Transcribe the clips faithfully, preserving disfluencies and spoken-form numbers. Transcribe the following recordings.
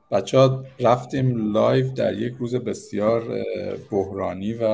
بچه ها رفتیم لایو در یک روز بسیار اه، بحرانی و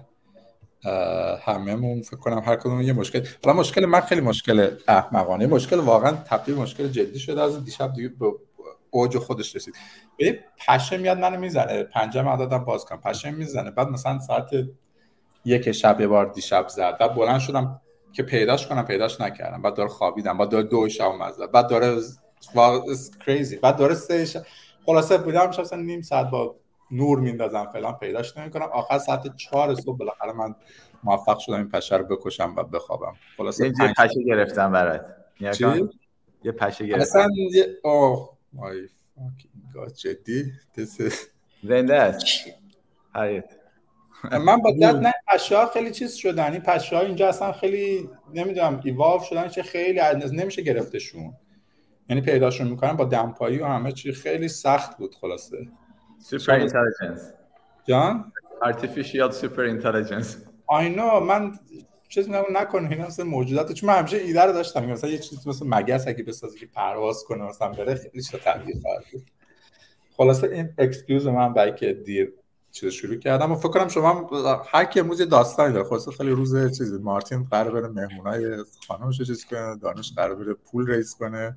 اه، هممون فکر کنم هر کدوم یه مشکل. حالا مشکل من خیلی مشکل احمقانه، مشکل واقعا تبدیل مشکل جدی شده از دیشب دیگه به اوج خودش رسید. ببین پشه میاد منو میزنه، پنجم عددم باز کنم، پشه میزنه، بعد مثلا ساعت یک شب یه بار دیشب زد، بعد بلند شدم که پیداش کنم، پیداش نکردم، بعد داره خوابیدم، بعد داره دو شب مزد، بعد داره کریزی، بعد داره سه شب. خلاصه بودم شب مثلا نیم ساعت با نور میندازم فلان، پیداش نمیکنم. آخر ساعت چهار صبح بالاخره من موفق شدم این پشه رو بکشم و بخوابم. خلاصه اینجا پنج پشه گرفتم برات. چی؟ یه پشه گرفتم اصلا یه اوه مای فاکینگ گاد، جدی زنده است. حیات من با دت نه پشه ها خیلی چیز شدن. این پشه ها اینجا اصلا خیلی نمیدونم ایواف شدن، چه خیلی از نمیشه گرفتشون، یعنی پیداشون میکنن با دمپایی و همه چی، خیلی سخت بود. خلاصه سوپر اینتلیجنس جان آرتفیشیال سوپر اینتلیجنس. آینو من چیز نگم نکنه اینا مثلا موجودات، چون من همیشه ایده رو داشتم مثلا یه چیزی مثل مگس اگه بسازی که پرواز کنه مثلا بره، خیلی چیز طبیعی خواهد بود. خلاصه این اکسکیوز من برای که دیر چیز شروع کردم و فکر کنم شما هر کی امروز داستانی داره. خلاصه خیلی روز چیزی، مارتین قراره بره مهمونای خانمش رو چیز کنه، دانش قراره بره پول ریز کنه.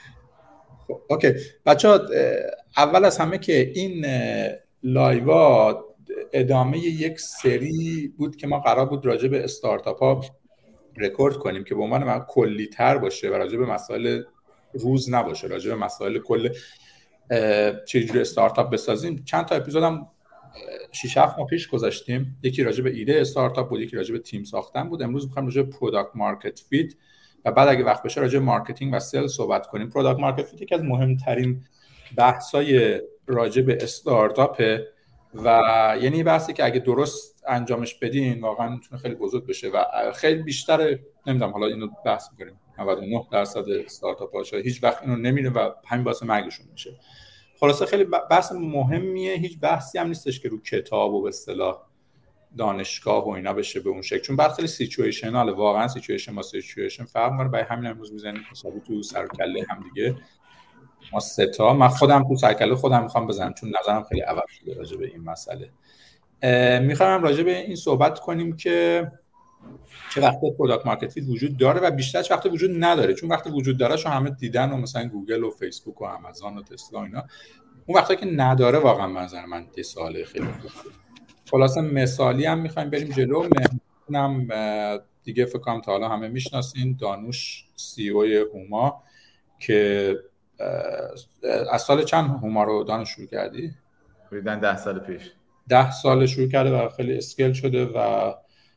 خب اوکی بچه‌ها، اول از همه که این لایوا ادامه یک سری بود که ما قرار بود راجع به استارتاپ ها رکورد کنیم که به عنوان من کلی تر باشه و راجع به مسائل روز نباشه، راجع به مسائل کل چجوری استارتاپ بسازیم. چند تا اپیزودم شش هفت ماه پیش گذاشتیم، یکی راجع به ایده استارتاپ بود، یکی راجع به تیم ساختن بود. امروز می‌خوایم راجع به پروداکت مارکت فیت و بعد اگه وقت بشه راجع به مارکتینگ و سل صحبت کنیم. پروداکت مارکت فیت یکی از مهمترین بحث‌های راجع به استارتاپه و یعنی بحثی که اگه درست انجامش بدین واقعا میتونه خیلی بزرگ بشه و خیلی بیشتر نمیدونم، حالا اینو بحث می‌کنیم، نود و نه درصد استارتاپ‌ها هیچ وقت اینو نمیره و همین واسه مرگشون میشه. خلاصه خیلی بحث مهمیه، هیچ بحثی هم نیستش که رو کتاب و به اصطلاح دانشگاه و اینا بشه به اون شکل، چون بعد خیلی سیچویشناله، واقعا سیچویشن با سیچویشن فرق می‌کنه. برای همین امروز می‌زنیم حسابی تو سر و کله هم دیگه ما سه تا، من خودم تو سر و کله خودم می‌خوام بزنم چون نظرم خیلی عوض شده راجع به این مسئله. می‌خوام راجع به این صحبت کنیم که چه وقتی پروداکت مارکت فیت وجود داره و بیشتر چه وقتی وجود نداره، چون وقتی وجود داره شو همه دیدن و مثلا گوگل و فیسبوک و آمازون و تسلا اینا. اون وقتی که نداره واقعا منظر من یه سواله خیلی خوبه. خلاصه مثالی هم میخوایم بریم جلو. مهمونم دیگه فکر کنم تا حالا همه میشناسین، دانوش سی او هوما که از سال چند هوما رو دانوش شروع کردی؟ حدوداً ده سال پیش. ده سال شروع کرده و خیلی اسکیل شده و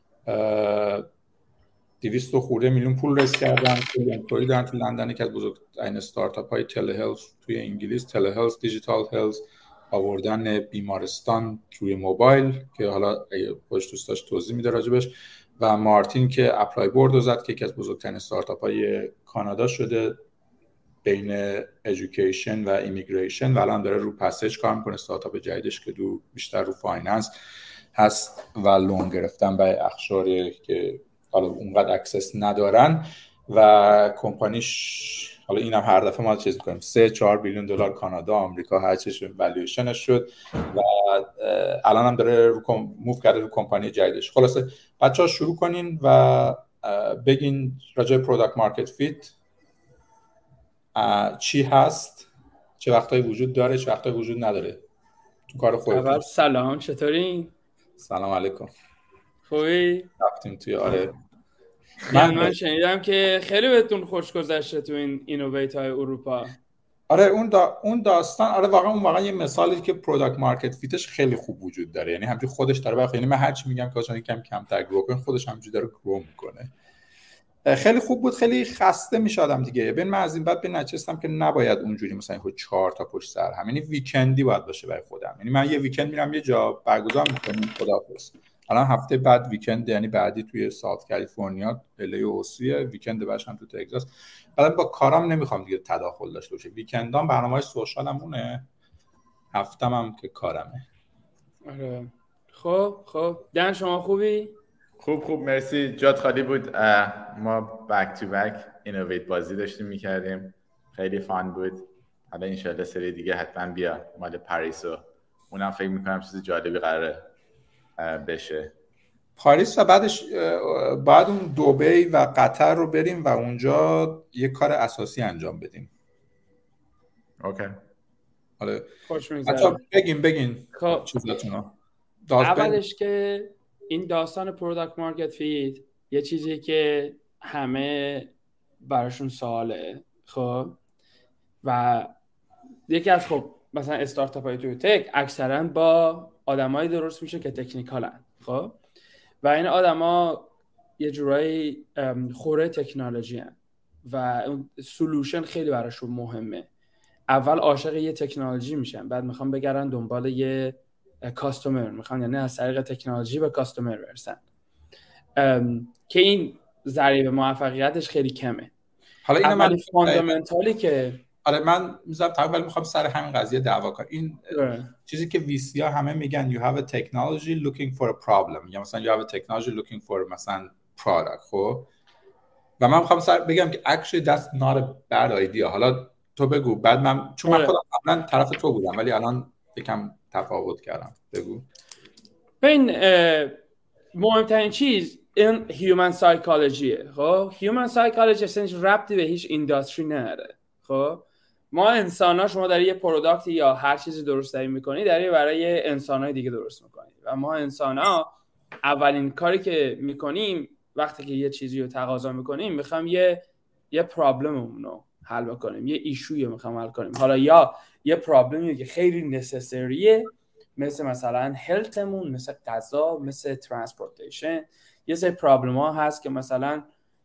دویست و خورده میلیون پول ریز کردن. خیلی امپلوی دارن تو لندن، یکی از بزرگترین استارتاپ های تله هلث توی انگلیس، تله هلث، دیجیتال هلث، آوردن بیمارستان توی موبایل که حالا خودش دوست داشت توضیح میده راجبش. و مارتین که اپلای بورد رو زد که یکی از بزرگترین استارتاپ های کانادا شده بین ادویکیشن و ایمیگریشن و الان داره رو پسیج کار میکنه، استارتاپ جدیدش که دو بیشتر رو فایننس هست و لون گرفتن برای اقشاری که حالا اونقدر اکسس ندارن و کمپانیش حالا اینم هر دفعه ما چیز می‌کنیم سه چهار بیلیون دلار کانادا آمریکا هر چیش والویشنش شد و الان هم داره رو کم... موو کرده رو کمپانی جدیدش. خلاصه بچه‌ها شروع کنین و بگین راجع به پروداکت مارکت فیت چی هست، چه وقتایی وجود داره، چه وقتایی وجود نداره تو کار خودتون. اول سلام، چطورین؟ سلام علیکم. خوبی؟ رفتیم توی آره من من شنیدم که خیلی بهتون خوش گذشته تو این اینوویت های اروپا. آره اون دا... اون داستان آره واقعا اون واقعا یه مثالی که پروداکت مارکت فیتش خیلی خوب وجود داره، یعنی همینجوری خودش داره واقعا، یعنی من هر چی میگم که اصلا کم کمتر گرو کنه خودش همینجوری داره گرو میکنه. خیلی خوب بود، خیلی خسته میشدم دیگه. ببین من از این بعد به نچستم که نباید اونجوری مثلا خود چهار تا پشت سر هم، یعنی ویکندی باید باشه برای خودم. یعنی من یه ویکند میرم یه جا برگزار میکنم، خداحافظ. الان هفته بعد ویکند، یعنی بعدی توی ساوت کالیفرنیا، الی او سی، ویکند بعدش هم تو تگزاس. بعد با کارام نمیخوام دیگه تداخل داشته باشه. ویکندام برنامه‌های سوشالمونه، هفتم هم که کارمه. آره خب خب دن شما خوبی؟ خوب خوب مرسی، جات خالی بود. ما بک تو بک اینوویت بازی داشتیم میکردیم، خیلی فان بود. حالا ان شاءالله سری دیگه حتما بیا مال پاریس و اونم فکر میکنم چیز جالبی قراره بشه. پاریس و بعدش بعد اون دبی و قطر رو بریم و اونجا یه کار اساسی انجام بدیم. اوکی. آره. خوش میگذره. بگین بگین چیزاتونو. اولش که این داستان پروداکت مارکت فیت یه چیزی که همه براشون سواله. خب و یکی از خب مثلا استارتاپ های توی تک اکثرا با آدمای درست میشه که تکنیکالن. خب و این آدما یه جورایی خوره تکنولوژی هن و اون سولوشن خیلی براشون مهمه. اول عاشق یه تکنولوژی میشن، بعد میخوان بگردن دنبال یه کاستومر، میخوان یعنی از طریق تکنولوژی به کاستومر برسن که این ضریب موفقیتش خیلی کمه. حالا اینو من فاندامنتالی که آره من میذارم تقریبا میخوام سر همین قضیه دعوا کنم. این چیزی که ویسی ها همه میگن you have a technology looking for a problem یا مثلا you have a technology looking for مثلا product. خب و من میخوام سر بگم که actually that's not a bad idea. حالا تو بگو بعد من چون من خودم قبلا طرف تو بودم ولی الان یکم تفاوت کردم. بگو. ببین مهمترین چیز این هیومن سایکولوژیه. خب هیومن سایکولوژی اصلا ربطی به هیچ اینداستری نداره. خب ما انسان‌ها، شما در یه پروداکت یا هر چیزی درست داری می‌کنی داری برای انسان‌های دیگه درست می‌کنی و ما انسان‌ها اولین کاری که می‌کنیم وقتی که یه چیزی رو تقاضا می‌کنیم می‌خوام یه یه پرابلممون رو حل بکنیم، یه ایشویی رو می‌خوام حل کنیم. حالا یا یه پرابلمی که خیلی نسسریه مثل مثلا هلتمون، مثل غذا، مثل ترانسپورتیشن. یه سری پرابلم‌ها هست که مثلا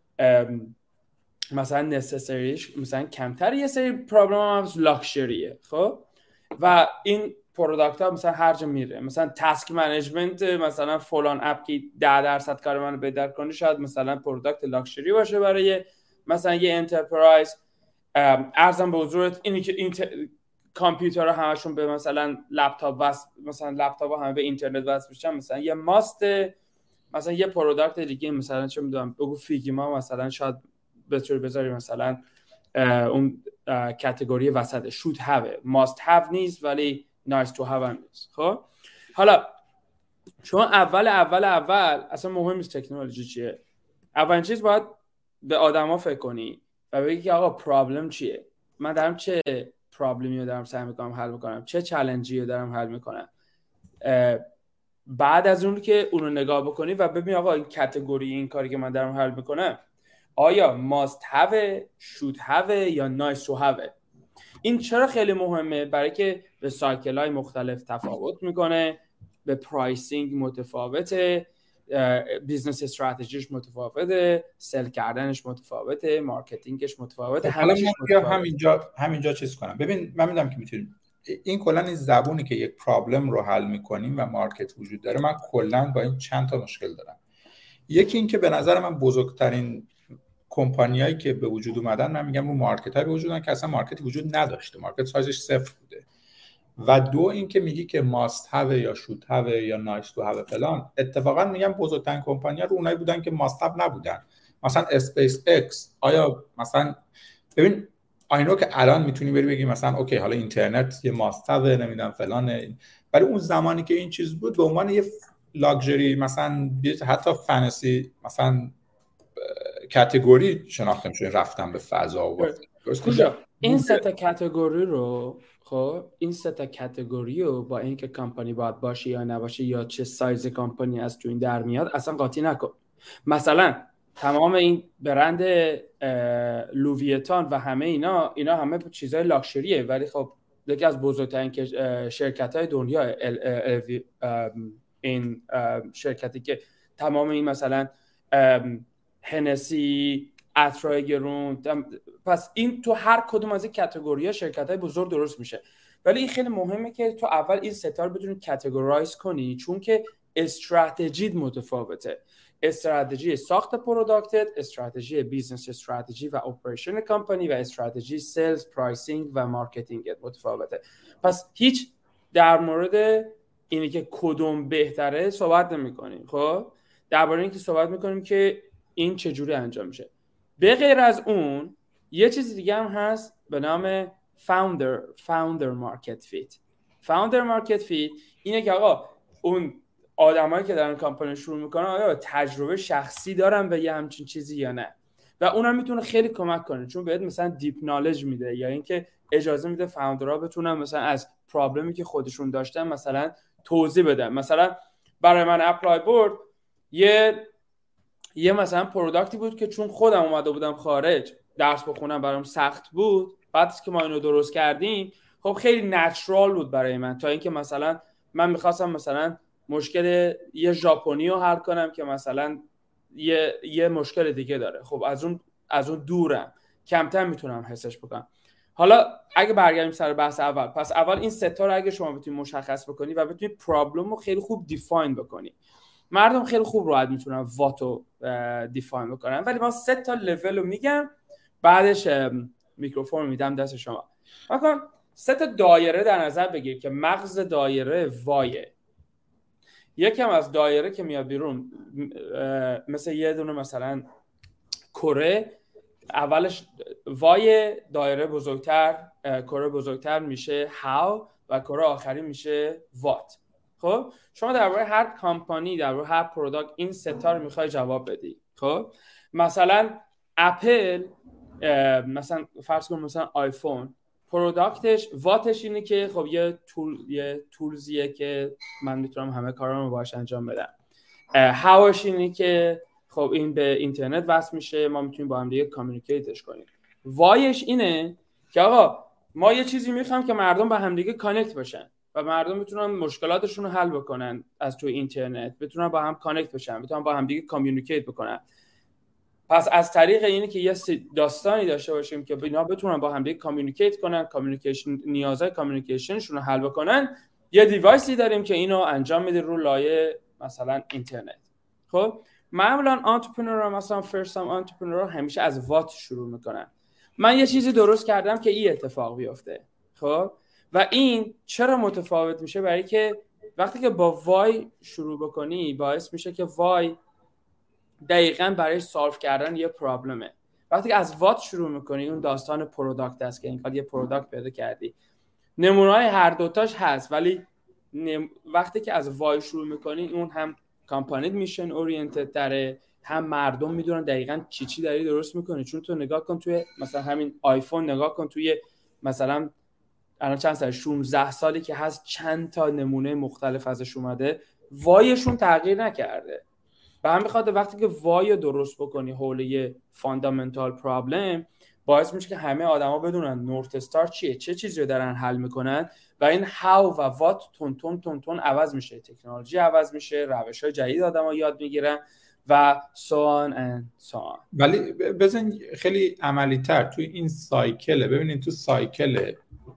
مثلا نسسریش مثلا کمتر، یه سری پرابلم هم لاکچریه. خب و این پروداکت ها مثلا هر جا میره، مثلا تاسک منیجمنت مثلا فلان اپ که ده درصد کار منو بهتر کنه شاید مثلا پروداکت لاکچری باشه برای مثلا یه انترپرایز. ارزم به حضورت اینی که این کامپیوترها همشون به مثلا لپتاپ وصل، مثلا لپتاپ ها همه به اینترنت وصل میشن، مثلا یه ماست مثلا یه پروداکت دیگه مثلا چه میدونم بگو فیگما مثلا شاید بهتر بذاری مثلا اون کاتگوری وسط should have must have نیست ولی nice to have هم نیست. خب حالا شما اول اول اول اصلا مهم نیست تکنولوژی چیه، اولین چیز باید به آدما فکر کنی و بگی که آقا پرابلم چیه، من دارم چه پرابلمی رو دارم سعی میکنم حل میکنم، چه چالنجی رو دارم حل میکنم. بعد از اون که اون رو نگاه بکنی و ببین آقا این کاتگوری این کاری که من دارم حل میکنم آیا must have should have یا nice to have. این چرا خیلی مهمه؟ برای که به سایکل های مختلف تفاوت میکنه، به پرایسینگ متفاوته، بیزنس استراتژیش متفاوته، سل کردنش متفاوته، مارکتینگش متفاوته. حالا من همینجا همینجا چیز کنم. ببین من میدونم که میتونیم این کلا این زبونی که یک پرابلم رو حل میکنیم و مارکت وجود داره، من کلا با این چند تا مشکل دارم. یکی این که به نظر من بزرگترین کمپانیایی که به وجود اومدن، من میگم رو مارکت‌های به وجود اومدن که اصلا مارکتی وجود نداشته، مارکت سایزش صفر بوده. و دو این که میگی که must have یا should have یا nice to have فلان، اتفاقا میگم بزرگترین کمپانی‌ها رو اونایی بودن که must have نبودن. مثلا اسپیس ایکس، آیا مثلا ببین آینو که الان میتونی بری بگی مثلا اوکی حالا اینترنت یه must have نمیدونم فلانه، ولی اون زمانی که این چیز بود به عنوان یه لاکچری مثلا حتی فانسی مثلا کاتگوری شناخته میشه، رفتن به فضا و کجا این سه تا کاتگوری رو خب این سه تا کاتگوری رو با اینکه کمپانی باید باشه یا نباشه یا چه سایز کمپانی از تو این در میاد اصلا قاطی نکن. مثلا تمام این برند لوویتان و همه اینا اینا همه چیزای لاکچریه، ولی خب یکی از بزرگترین شرکت‌های دنیا این شرکتی که تمام این مثلا هنسی، عطرهای گرون، پس این تو هر کدوم از این کاتگوری‌ها شرکت‌های بزرگ درست میشه. ولی این خیلی مهمه که تو اول این ستا رو بدونی کاتگورایز کنی، چون که استراتژی متفاوته. استراتژی ساخت پروداکتت، استراتژی بیزنس استراتژی و اپریشن کمپانی و استراتژی سلز، پرایسینگ و مارکتینگت متفاوته. پس هیچ در مورد اینی که کدوم بهتره صحبت نمی‌کنیم. خب درباره اینکه صحبت می‌کنیم که این چجوری انجام میشه. به غیر از اون یه چیز دیگه هم هست به نام فاوندر فاوندر مارکت فیت. فاوندر مارکت فیت اینه که آقا اون آدمایی که دارن کمپانی شروع میکنن آیا تجربه شخصی دارن به یه همچین چیزی یا نه، و اونم میتونه خیلی کمک کنه چون بهت مثلا دیپ نالج میده، یا اینکه اجازه میده فاوندرها بتونن مثلا از پرابلمی که خودشون داشتن مثلا توضیح بدن. مثلا برای من اپلای بورد یه یه مثلا پروداکتی بود که چون خودم اومده بودم خارج درس بخونم برام سخت بود، بعد که ما اینو درست کردیم خب خیلی نچرال بود برای من، تا اینکه مثلا من میخواستم مثلا مشکل یه ژاپنی رو حل کنم که مثلا یه یه مشکل دیگه داره، خب از اون از اون دورم، کمتر میتونم حسش بکنم. حالا اگه برگردیم سر بحث اول، پس اول این سه تا رو اگه شما بتونید مشخص بکنی و بتونید پرابلم رو خیلی خوب دیفاین بکنی، مردم خیلی خوب راحت میتونن واتو دیفاین بکنن. ولی من سه تا لول رو میگم، بعدش میکروفون میدم دست شما. مثلا سه تا دایره در نظر بگیر که مغز دایره وایه. یکم از دایره که میاد بیرون مثل یه دونه مثلا کره، اولش وای دایره بزرگتر، کره بزرگتر میشه how و کره آخری میشه what. خب شما درباره هر کمپانی، درباره هر پروداکت این سه تا رو میخوای جواب بدی. خب مثلا اپل، مثلا فرض کن مثلا آیفون، پروداکتش واتش اینه که خب یه تول یه تولزیه که من میتونم همه کارامو باهاش انجام بدم. هاوش اینه که خب این به اینترنت وصل میشه، ما میتونیم با هم دیگه کامیونیکیتش کنیم. وایش اینه که آقا ما یه چیزی میخوام که مردم با هم دیگه کانکت بشن و مردم میتونن مشکلاتشون رو حل بکنن از توی اینترنت، بتونن با هم کانکت بشن، بتونن با هم دیگه کامیونیکیت بکنن. پس از طریق اینه که یه داستانی داشته باشیم که اینا بتونن با هم دیگه کامیونیکیت کنن، کامیونیکیشن نیازهای کامیونیکیشنشون رو حل بکنن. یه دیوایسی داریم که اینو انجام میده رو لایه مثلا اینترنت. خب معمولا آنترپرنورها، مثلا فرست تایم آنترپرنورها همیشه از وات شروع میکنن. من یه چیزی درست کردم که این اتفاق بیفته. خب و این چرا متفاوت میشه؟ برای که وقتی که با وای شروع بکنی باعث میشه که وای دقیقاً برای سالو کردن یه پرابلمه. وقتی که از وات شروع میکنی اون داستان پروداکت است که اینقدر یه پروداکت پیدا کردی. نمونه‌های هر دوتاش هست، ولی نم... وقتی که از وای شروع میکنی اون هم کامپانی میشن اورینتد داره، هم مردم میدونن دقیقاً چی چی داری درست میکنی. چون تو نگاه کن توی مثلا همین آیفون، نگاه کن توی مثلا الان چند سال شانزده سالی که هست چند تا نمونه مختلف ازش اومده، وایشون تغییر نکرده. به همین خاطر وقتی که وای درست بکنی حول یه فاندامنتال پرابلم، باعث میشه که همه آدما بدونن نورت استار چیه، چه چیزی رو دارن حل میکنن و این هاو و وات تون تون تون تون عوض میشه، تکنولوژی عوض میشه، روش‌های جدید آدما یاد میگیرن و so on and so on. ولی بزن خیلی عملی تر توی این سایکله. ببینید تو سایکله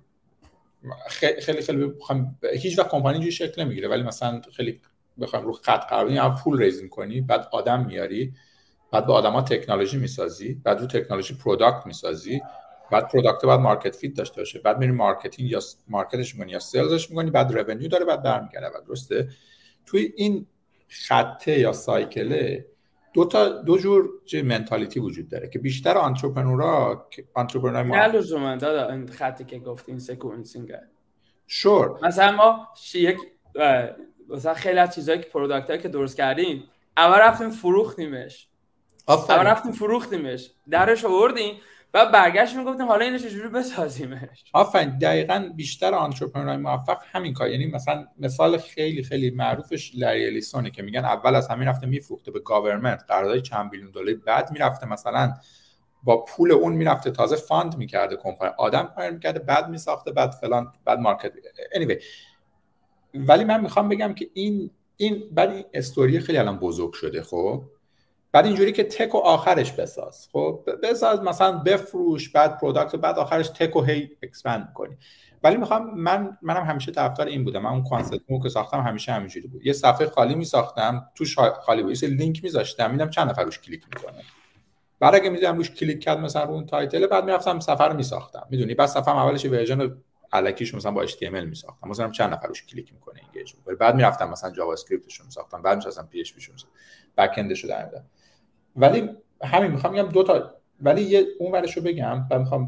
خیلی خیلی خیلی بخوام هیچ وقت کمپانی اینجوری شکل نمیگیره، ولی مثلا خیلی بخوام رو خط قرار بدیم، اول پول ریز می‌کنی، بعد آدم میاری، بعد با آدما تکنولوژی میسازی، بعد رو تکنولوژی پروداکت میسازی، بعد پروداکت بعد مارکت فیت داشته باشه، بعد میری مارکتینگ یا مارکتش می‌کنی یا سلزش می‌کنی، بعد رونیو داره، بعد برمیگرده. بعد درسته توی این خطه یا سایکله دو تا دو جور منتالیتی وجود داره که بیشتر آنترپرنورها آنترپرنور ما نه لزوما دادا این خطی که گفتین سکونسینگ شور مثلا ما یک مثلا خیلی از چیزایی که پروداکتایی که درست کردیم اول رفتیم فروختیمش آفرین. اول رفتیم فروختیمش درش آوردیم بعد برگشتیم میگفتیم حالا اینو چجوری بسازیمش. آفرین. دقیقاً بیشتر آنترپرنورهای موفق همین کار. یعنی مثلا مثال خیلی خیلی معروفش لری الیسونه که میگن اول از همین رفته میفروخته به گاورمنت قرارداد چند بیلیون دلاری، بعد میرفته مثلا با پول اون میرفته تازه فاند میکرده کمپانی، آدم کار میکرده، بعد میساخته، بعد فلان، بعد مارکت. anyway ولی من میخوام بگم که این این بعد این استوری خیلی الان بزرگ شده. خب بعد اینجوری که تک و آخرش بساز، خب بساز مثلا بفروش، بعد پروداکت، بعد آخرش تک و هی اکسپند می‌کنی. ولی میخوام من منم همیشه طرفدار این بودم. من اون کانسپتمو که ساختم همیشه همینجوری بود. یه صفحه خالی می‌ساختم، توش خالی بود، یه لینک می‌ذاشتم، می‌دیدم چند نفر روش کلیک می‌کنن. بعد اگه می‌دیدم روش کلیک کرد مثلا رو اون تایتل، بعد می‌رفتم صفحه رو می‌ساختم. می‌دونی بعد صفحه اولش ورژن الکیش مثلا با اچ تی ام ال می‌ساختم. مثلا چند نفر روش کلیک می‌کنه اینگیج. بعد می‌رفتم مثلا جاوا اسکریپتش رو می‌ساختم، بعد می‌ساختم پی اچ پی شو، بک اندش رو در می‌آوردم. ولی همین میخوام بگم دو تا، ولی یه اون ورشو بگم، بعد میخوام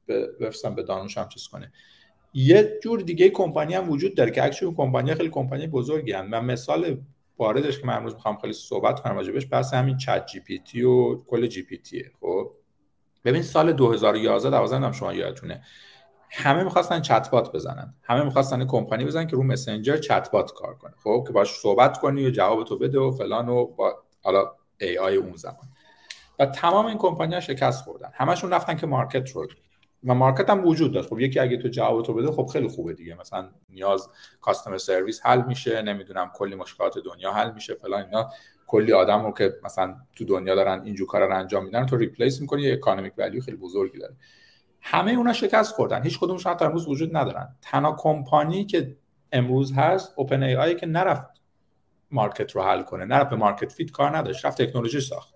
بفرستم به دانوش هم چیز کنه. یه جور دیگه کمپانی هم وجود داره که اکچولی کمپانی خیلی کمپانی بزرگی ان و مثال واردش که من امروز میخوام خیلی صحبت کنم راجع بهش بحث همین چت جی پی تی و کل جی پی تیه. خب ببین سال دو هزار و یازده دوازده هم شما یادتونه همه می‌خواستن چت بات بزنن، همه می‌خواستن کمپانی بزنن که رو مسنجر چت بات کار کنه، خب که باهاش صحبت کنی و جواب تو بده و فلان و با حالا ای آی اون زمان. و تمام این کمپانی‌ها شکست خوردن، همشون رفتن که مارکت رو و مارکت هم وجود داشت. خب یکی اگه تو جواب تو بده خب خیلی خوبه دیگه، مثلا نیاز کاستمر سرویس حل میشه، نمیدونم کلی مشکلات دنیا حل میشه فلان اینا، کلی آدم رو که مثلا تو دنیا دارن اینجور کارا رو انجام میدن تو ریپلیس می‌کنی، یه اکانومیک ولیو خیلی بزرگی داره. همه اونا شکست خوردن، هیچ کدومش حتی امروز وجود ندارن. تنها کمپانی که امروز هست اوپن ای آی که نرفت مارکت رو حل کنه، نرفت به مارکت فیت کار نداشت، رفت تکنولوژی ساخت.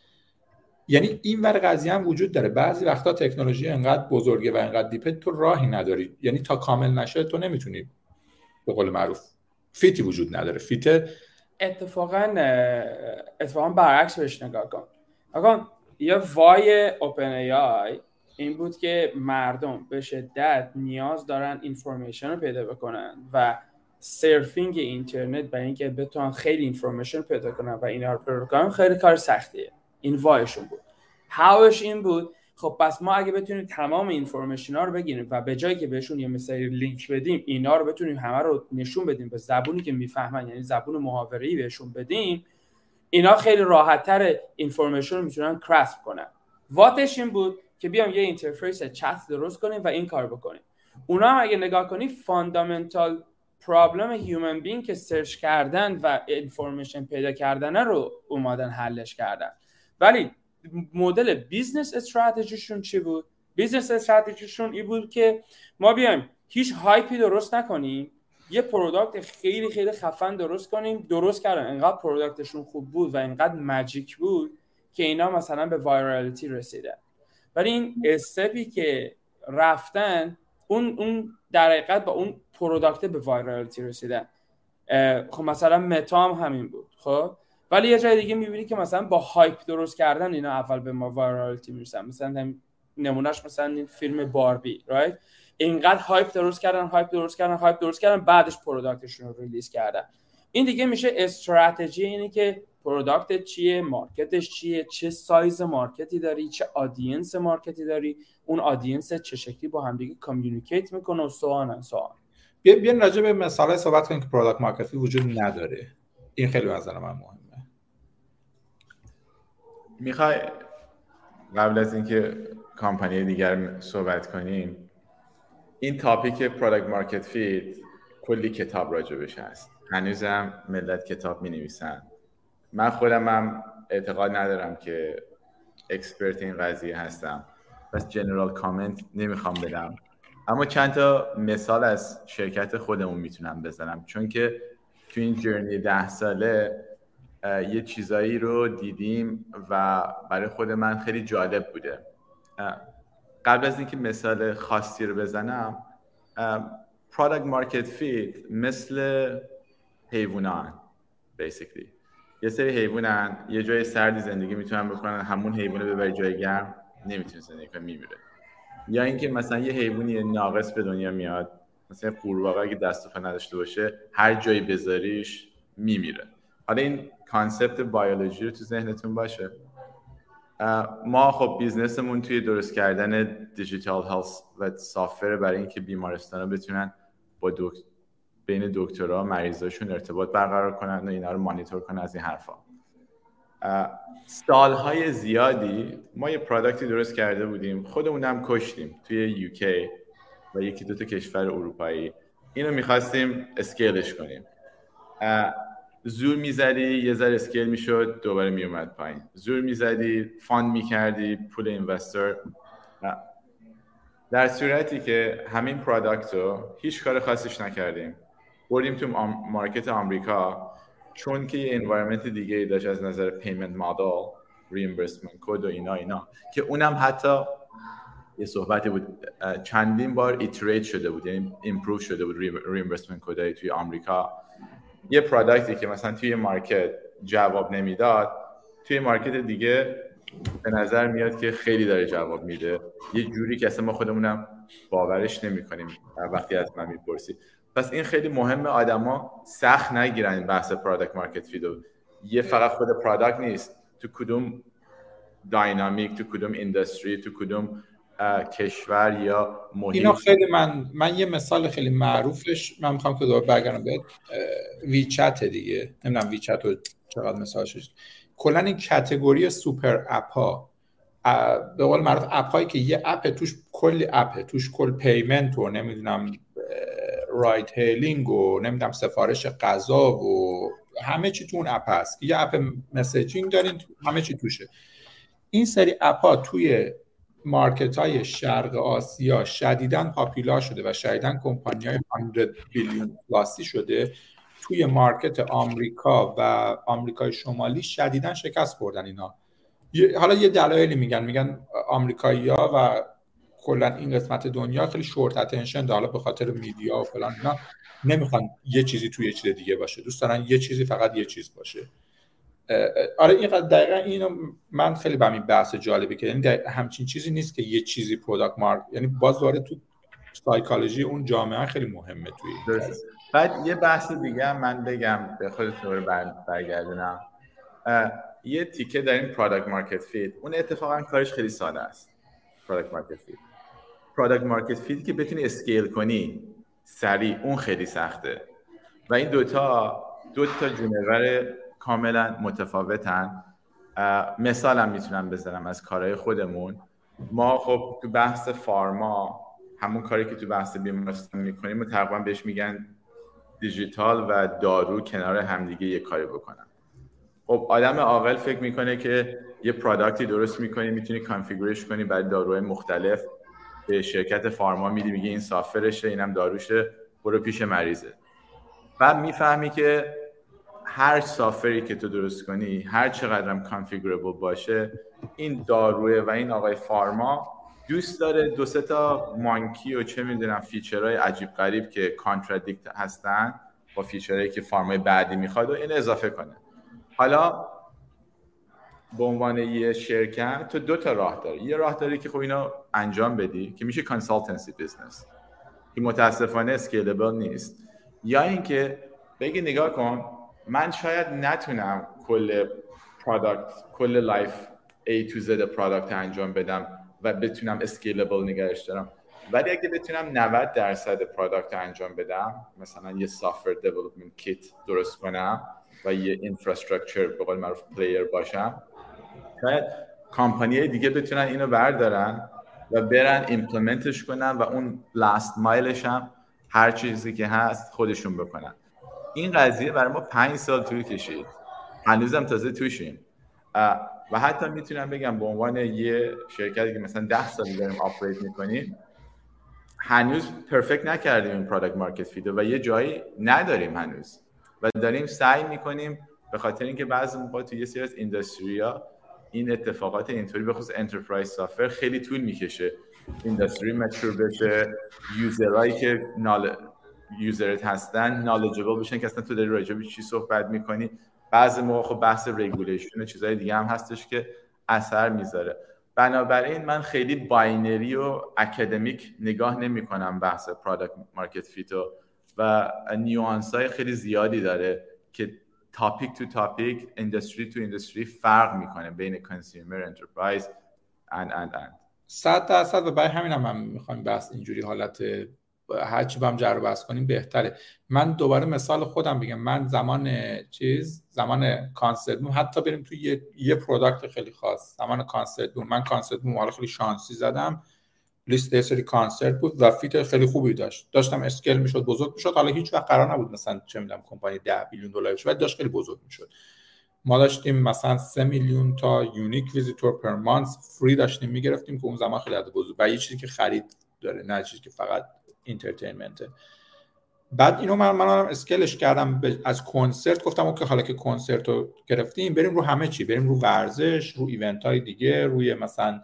یعنی این ور قضیه هم وجود داره، بعضی وقتا تکنولوژی انقدر بزرگه و انقدر دیپه تو راهی نداری، یعنی تا کامل نشه تو نمیتونی به قول معروف فیتی وجود نداره. فیت اتفاقا اتفاقا برعکس بهش نگاه کن. آقا یه وای اوپن ای آی این بود که مردم به شدت نیاز دارن اینفورمیشن رو پیدا بکنن و سرفینگ اینترنت برای اینکه بتونن خیلی اینفورمیشن پیدا کنن و اینا رو پیدا کنن خیلی کار سختیه. این وایشون بود. هاوش این بود خب پس ما اگه بتونیم تمام اینفورمیشن ها رو بگیریم و به جایی که بهشون یه مثلا لینک بدیم اینا رو بتونیم همه رو نشون بدیم به زبونی که میفهمن، یعنی زبون محاوره‌ای بهشون بدیم، اینا خیلی راحت‌تر اینفورمیشن رو میتونن کراسپ کنن. واتش این بود که بیام یه اینترفیس چت درست کنیم و این کار بکنیم. اونا هم اگه نگاه کنی فاندامنتال پرابلم هیومن بینگ که سرچ کردن و اینفورمیشن پیدا کردن رو اومدن حلش کردن. ولی مدل بیزنس استراتژیشون چی بود؟ بیزنس استراتژیشون این بود که ما بیایم هیچ هایپی درست نکنیم، یه پروداکت خیلی خیلی خفن درست کنیم. درست کردن، انقدر پروداکتشون خوب بود و انقدر ماجیک بود که اینا مثلا به وایرالیتی رسیدن. ولی این استپی که رفتن اون اون در حقیقت با اون پروداکت به وایرالیتی رسیدن. خب مثلا متا هم همین بود. خب ولی یه جای دیگه میبینی که مثلا با هایپ درست کردن اینا اول به ما وایرالیتی میرسن. مثلا نمونهش مثلا این فیلم باربی، رایت؟ اینقدر هایپ درست کردن هایپ درست کردن هایپ درست کردن بعدش پروداکتشون رو ریلیز کردن. این دیگه میشه استراتژی، اینی که پروداکت چیه، مارکتش چیه، چه سایز مارکتی داری، چه آدینس مارکتی داری، اون آدینس چه شکلی با هم دیگه کامیونیکیت میکنه و سوان ان سوان. بیا بیا راجع به مثالای صحبت کنیم که پروداکت مارکتی وجود نداره. این خیلی به نظر من مهمه. میخوای قبل از اینکه کمپانی دیگر صحبت کنیم، این تاپیک پروداکت مارکت فیت کلی کتاب راجبش هست، هنوزم ملت کتاب می‌نویسن. من خودم هم اعتقاد ندارم که اکسپرت این قضیه هستم، بس جنرال کامنت نمیخوام بدم، اما چند تا مثال از شرکت خودمون میتونم بزنم، چون که تو این جرنی ده ساله یه چیزایی رو دیدیم و برای خود من خیلی جالب بوده. قبل از اینکه مثال خاصی رو بزنم، product market fit مثل حیوانان basically. یه سری حیوانن یه جای سردی زندگی میتونن بکنن، همون حیوانه ببری جای گرم نمیتونه زندگی کنه، میمیره. یا اینکه مثلا یه حیوانی ناقص به دنیا میاد، مثلا قورباغه اگه دست و پا نداشته باشه هر جایی بذاریش میمیره. حالا این کانسپت بیولوژی رو تو ذهنتون باشه. ما خب بیزنسمون توی درست کردن دیجیتال هلث و سافتور برای اینکه بیمارستانا بتونن با دکتر بین دکترها و مریضاشون ارتباط برقرار کنن و اینا رو مانیتور کنن از این حرفا. سالهای زیادی ما یه پروداکتی درست کرده بودیم، خودمونم کشتیم توی یوکی و یکی دو تا کشور اروپایی. اینو می‌خواستیم اسکیلش کنیم. زور میزدی یه ذره اسکیل میشد دوباره میومد پایین، زور میزدی فاند میکردی پول اینوستر. در صورتی که همین پروداکت رو هیچ کار خاصیش نکردیم، بردیم تو مارکت آمریکا، چون که یه انوایرمنت دیگه ای داشت از نظر پیمنت مدل، ریمبرسمنت کد و اینا اینا که اونم حتی یه صحبتی بود چندین بار ایتریت شده بود، یعنی ایمپروو شده بود ریمبرسمنت کدای توی آمریکا. یه پروداکتی که مثلا توی مارکت جواب نمیداد توی مارکت دیگه به نظر میاد که خیلی داره جواب میده، یه جوری که اصلا ما خودمونم باورش نمی‌کنیم وقتی از من میپرسی. پس این خیلی مهمه آدما سخت نگیرن این بحث پروداکت مارکت فیت رو. یه فقط خود پروداکت نیست، تو کدوم داینامیک، تو کدوم اینداستری، تو کدوم کشور یا محیط. اینا خیلی من من یه مثال خیلی معروفش من میخوام که دوباره برگردم به ویچت دیگه. نمیدونم ویچت رو چقدر مثالش. کلا این کاتگوری سوپر اپ ها به قول معروف اپ هایی که یه اپ توش کلی اپ توش کل پیمنت و نمیدونم رایت هیلینگ و نمیدونم سفارش غذا و همه چی تو اون اپ هست. یه اپ مسیجینگ دارین همه چی توشه. این سری اپ ها توی مارکت های شرق آسیا شدیداً پاپولار شده و شدیداً کمپانی های صد بیلیون پلاسی شده. توی مارکت آمریکا و آمریکای شمالی شدیداً شکست خوردن اینا. حالا یه دلایلی میگن میگن آمریکایی‌ها و کلا این قسمت دنیا خیلی شورت اتنشن داره، به خاطر میدیا و فلان اینا نمیخوان یه چیزی توی یه چیز دیگه باشه، دوست دارن یه چیزی فقط یه چیز باشه. آره این دقیقاً اینو من خیلی با این بحث جالبی که یعنی همچین چیزی نیست که یه چیزی پروداکت مارک، یعنی باز وارد تو سایکولوژی اون جامعه خیلی مهمه توی. بعد یه بحث دیگه هم من بگم به خودتون رو برگردونم. یه تیکه داریم پروداکت مارکت فیت، اون اتفاقا کارش خیلی ساده است. پروداکت مارکت فیت پروداکت مارکت فیت که بتونی اسکیل کنی سریع، اون خیلی سخته و این دوتا دوتا جونور کاملا متفاوتن. مثالم میتونم بزنم از کارهای خودمون. ما خب تو بحث فارما همون کاری که تو بحث بیمارستان میکنیم و تقریبا بهش میگن دیجیتال و دارو کنار همدیگه یه کاری بکنن. خب آدم عاقل فکر میکنه که یه پروداکتی درست میکنی، میتونی کانفیگورش کنی برای داروهای مختلف، به شرکت فارما میدی میگه این سافرشه اینم داروشه، برو پیش مریضه. بعد میفهمی که هر سافری که تو درست کنی هر چقدرم کانفیگوربل باشه، این داروه و این آقای فارما دوست داره دو سه تا مانکی و چه میدونم فیچرهای عجیب غریب که کانترادیکت هستن با فیچرهایی که فارمای بعدی میخواد و این اضافه کنه. حالا به عنوان یه شرکت تو دو تا راه داری. یه راه داری که خب اینا انجام بدی که میشه کانسالتنسی بیزنس که متاسفانه اسکیلبل نیست، یا اینکه بگی نگاه کن من شاید نتونم کل پروداکت کل لایف A to Z پروداکت انجام بدم و بتونم اسکیلبل نگهش دارم، ولی اگه بتونم نود درصد پروداکت انجام بدم، مثلا یه سافتور دیولپمنت کیت درست کنم و یه اینفراستراکچر به قول معروف پلیر باشم، شاید کمپانی‌های دیگه بتونن اینو بردارن و برن ایمپلمنتش کنن و اون لاست مایلش هم هر چیزی که هست خودشون بکنن. این قضیه برای ما پنج سال طول کشید، هنوزم تازه توشیم و حتی میتونم بگم به عنوان یه شرکتی که مثلا ده سال داریم آپریت میکنیم هنوز پرفکت نکردیم این پروداکت مارکت فیت و یه جایی نداریم هنوز و داریم سعی میکنیم، به خاطر اینکه بعضی موقع تو یه سری از اینداستریا این اتفاقات اینطوری به خصوص انترپرایز سافر خیلی طول میکشه اینداستری مچور بشه، یوزرایی که نال یوزرت هستن نالجبل بشن که اصلا تو داری راجع به چی صحبت میکنی. بعضی موقع خب بحث رگولیشن و چیزای دیگه هم هستش که اثر میذاره. بنابراین من خیلی باینری و اکادمیک نگاه نمیکنم بحث پروداکت مارکت فیتو و نیوانس‌های خیلی زیادی داره که تاپیک تو تاپیک، اندستری تو اندستری فرق میکنه بین کانسیومر، انترپرایز اند اند اند صد درصد. و برای همین هم, هم میخوایم بحث اینجوری حالت هر چی با هم جر و بحث کنیم بهتره. من دوباره مثال خودم بگم، من زمان چیز زمان کانسرت بوم، حتی بریم توی یه یه پروداکت خیلی خاص، زمان کانسرت بوم من کانسرت بوم حالا خیلی شانسی زدم، لیست یه سری کانسرت بود و فیت خیلی خوبی داشت، داشتم اسکیل میشد بزرگ میشد. حالا هیچ وقت قرار نبود مثلا چه میدونم کمپانی ده میلیون دلار بشه، ولی داشت خیلی بزرگ میشد. ما داشتیم مثلا سه میلیون تا یونیک ویزیتور پر مانث فری داشتیم میگرفتیم که اون زمان خیلی عدد بزرگ و یه چیزی که خرید داره، نه چیزی که فقط اینترتینمنت. بعد اینو من منم اسکیلش کردم از کنسرت، گفتم اوکی حالا که کنسرت رو گرفتیم بریم رو همه چی، بریم رو ورزش، رو ایونت های دیگه، روی مثلا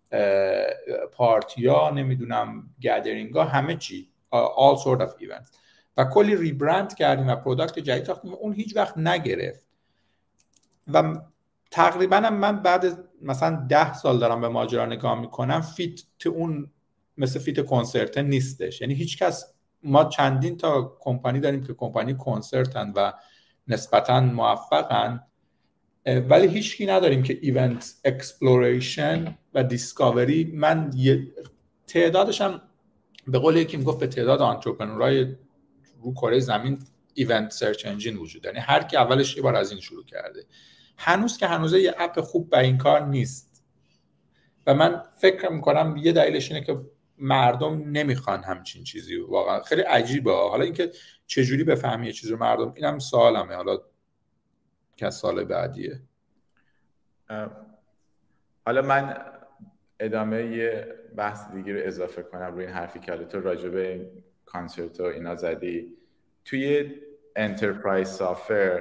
پارتیا، نمیدونم گدرینگ ها، همه چی، all sort of events. و کلی ریبرند کردیم و پروداکت جدید ساختیم. اون هیچ وقت نگرفت و تقریبا من بعد مثلا ده سال دارم به ماجرا نگاه میکنم، فیت تو اون مثل فیت کنسرت نیستش. یعنی هیچ کس، ما چندین تا کمپانی داریم که کمپانی کنسرتن و نسبتاً موفقن، ولی هیچکی نداریم که ایونت اکسپلوریشن و دیسکاوری. من تعدادش هم به قول یکی میگفت به تعداد آنترپرنورای رو کره زمین ایونت سرچ انجین وجود داره. یعنی هر کی اولش یه بار از این شروع کرده. هنوز که هنوز یه اپ خوب به این کار نیست و من فکر میکنم یه دلیلش اینه که مردم نمیخوان همچین چیزی. واقعا خیلی عجیبه. حالا اینکه چجوری بفهمی یه چیز رو مردم، اینم سوالمه، حالا که سال بعدیه. حالا من ادامه یه بحث دیگه رو اضافه کنم روی این حرفی که تو راجع به کانسرت و اینا زدی. توی انترپرایز سافر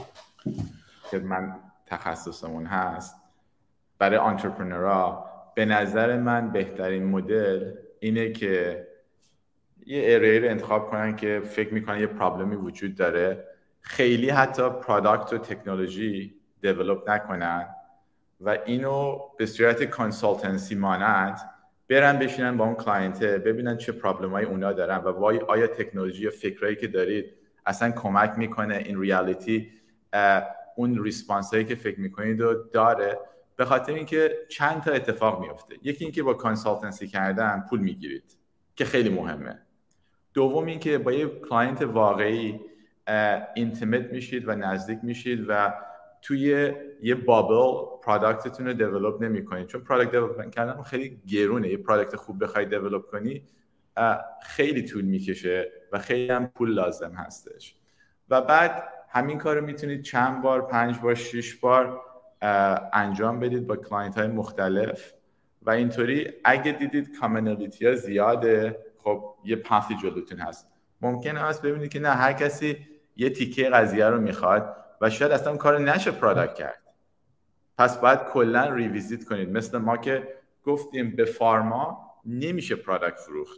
که من تخصصمون هست، برای انترپرنورها به نظر من بهترین مدل اینه که یه ایریه رو انتخاب کنن که فکر میکنن یه پرابلمی وجود داره، خیلی حتی پروداکت و تکنولوژی دیولپ نکنن و اینو به صورت کانسالتنسی مانند برن بشینن با اون کلاینته، ببینن چه پرابلمایی اونا دارن و وای آیا تکنولوژی یا فکرایی که دارید اصلا کمک میکنه این ریالیتی اون ریسپانس هایی که فکر میکنید و داره. به خاطر اینکه چند تا اتفاق میفته. یکی اینکه با کانسالتنسی کردن پول میگیرید که خیلی مهمه. دوم اینکه با یه کلاینت واقعی اینتیمیت میشید و نزدیک میشید و توی یه بابل پروداکتتون رو دیولپ نمی‌کنید، چون پروداکت دیولپ کردن خیلی گرونه. یه پروداکت خوب بخوای دیولپ کنی خیلی طول میکشه و خیلی هم پول لازم هستش. و بعد همین کار رو میتونید چند بار، پنج بار، شش بار انجام بدید با کلاینت های مختلف و اینطوری اگه دیدید کامنالیتی ها زیاده، خب یه پاثی جلوتون هست. ممکنه هست ببینید که نه هر کسی یه تیکه قضیه رو میخواد و شاید اصلا اون کار نشه پروداکت کرد. پس باید کلا ریویزیت کنید. مثل ما که گفتیم به فارما نمیشه پروداکت فروخت،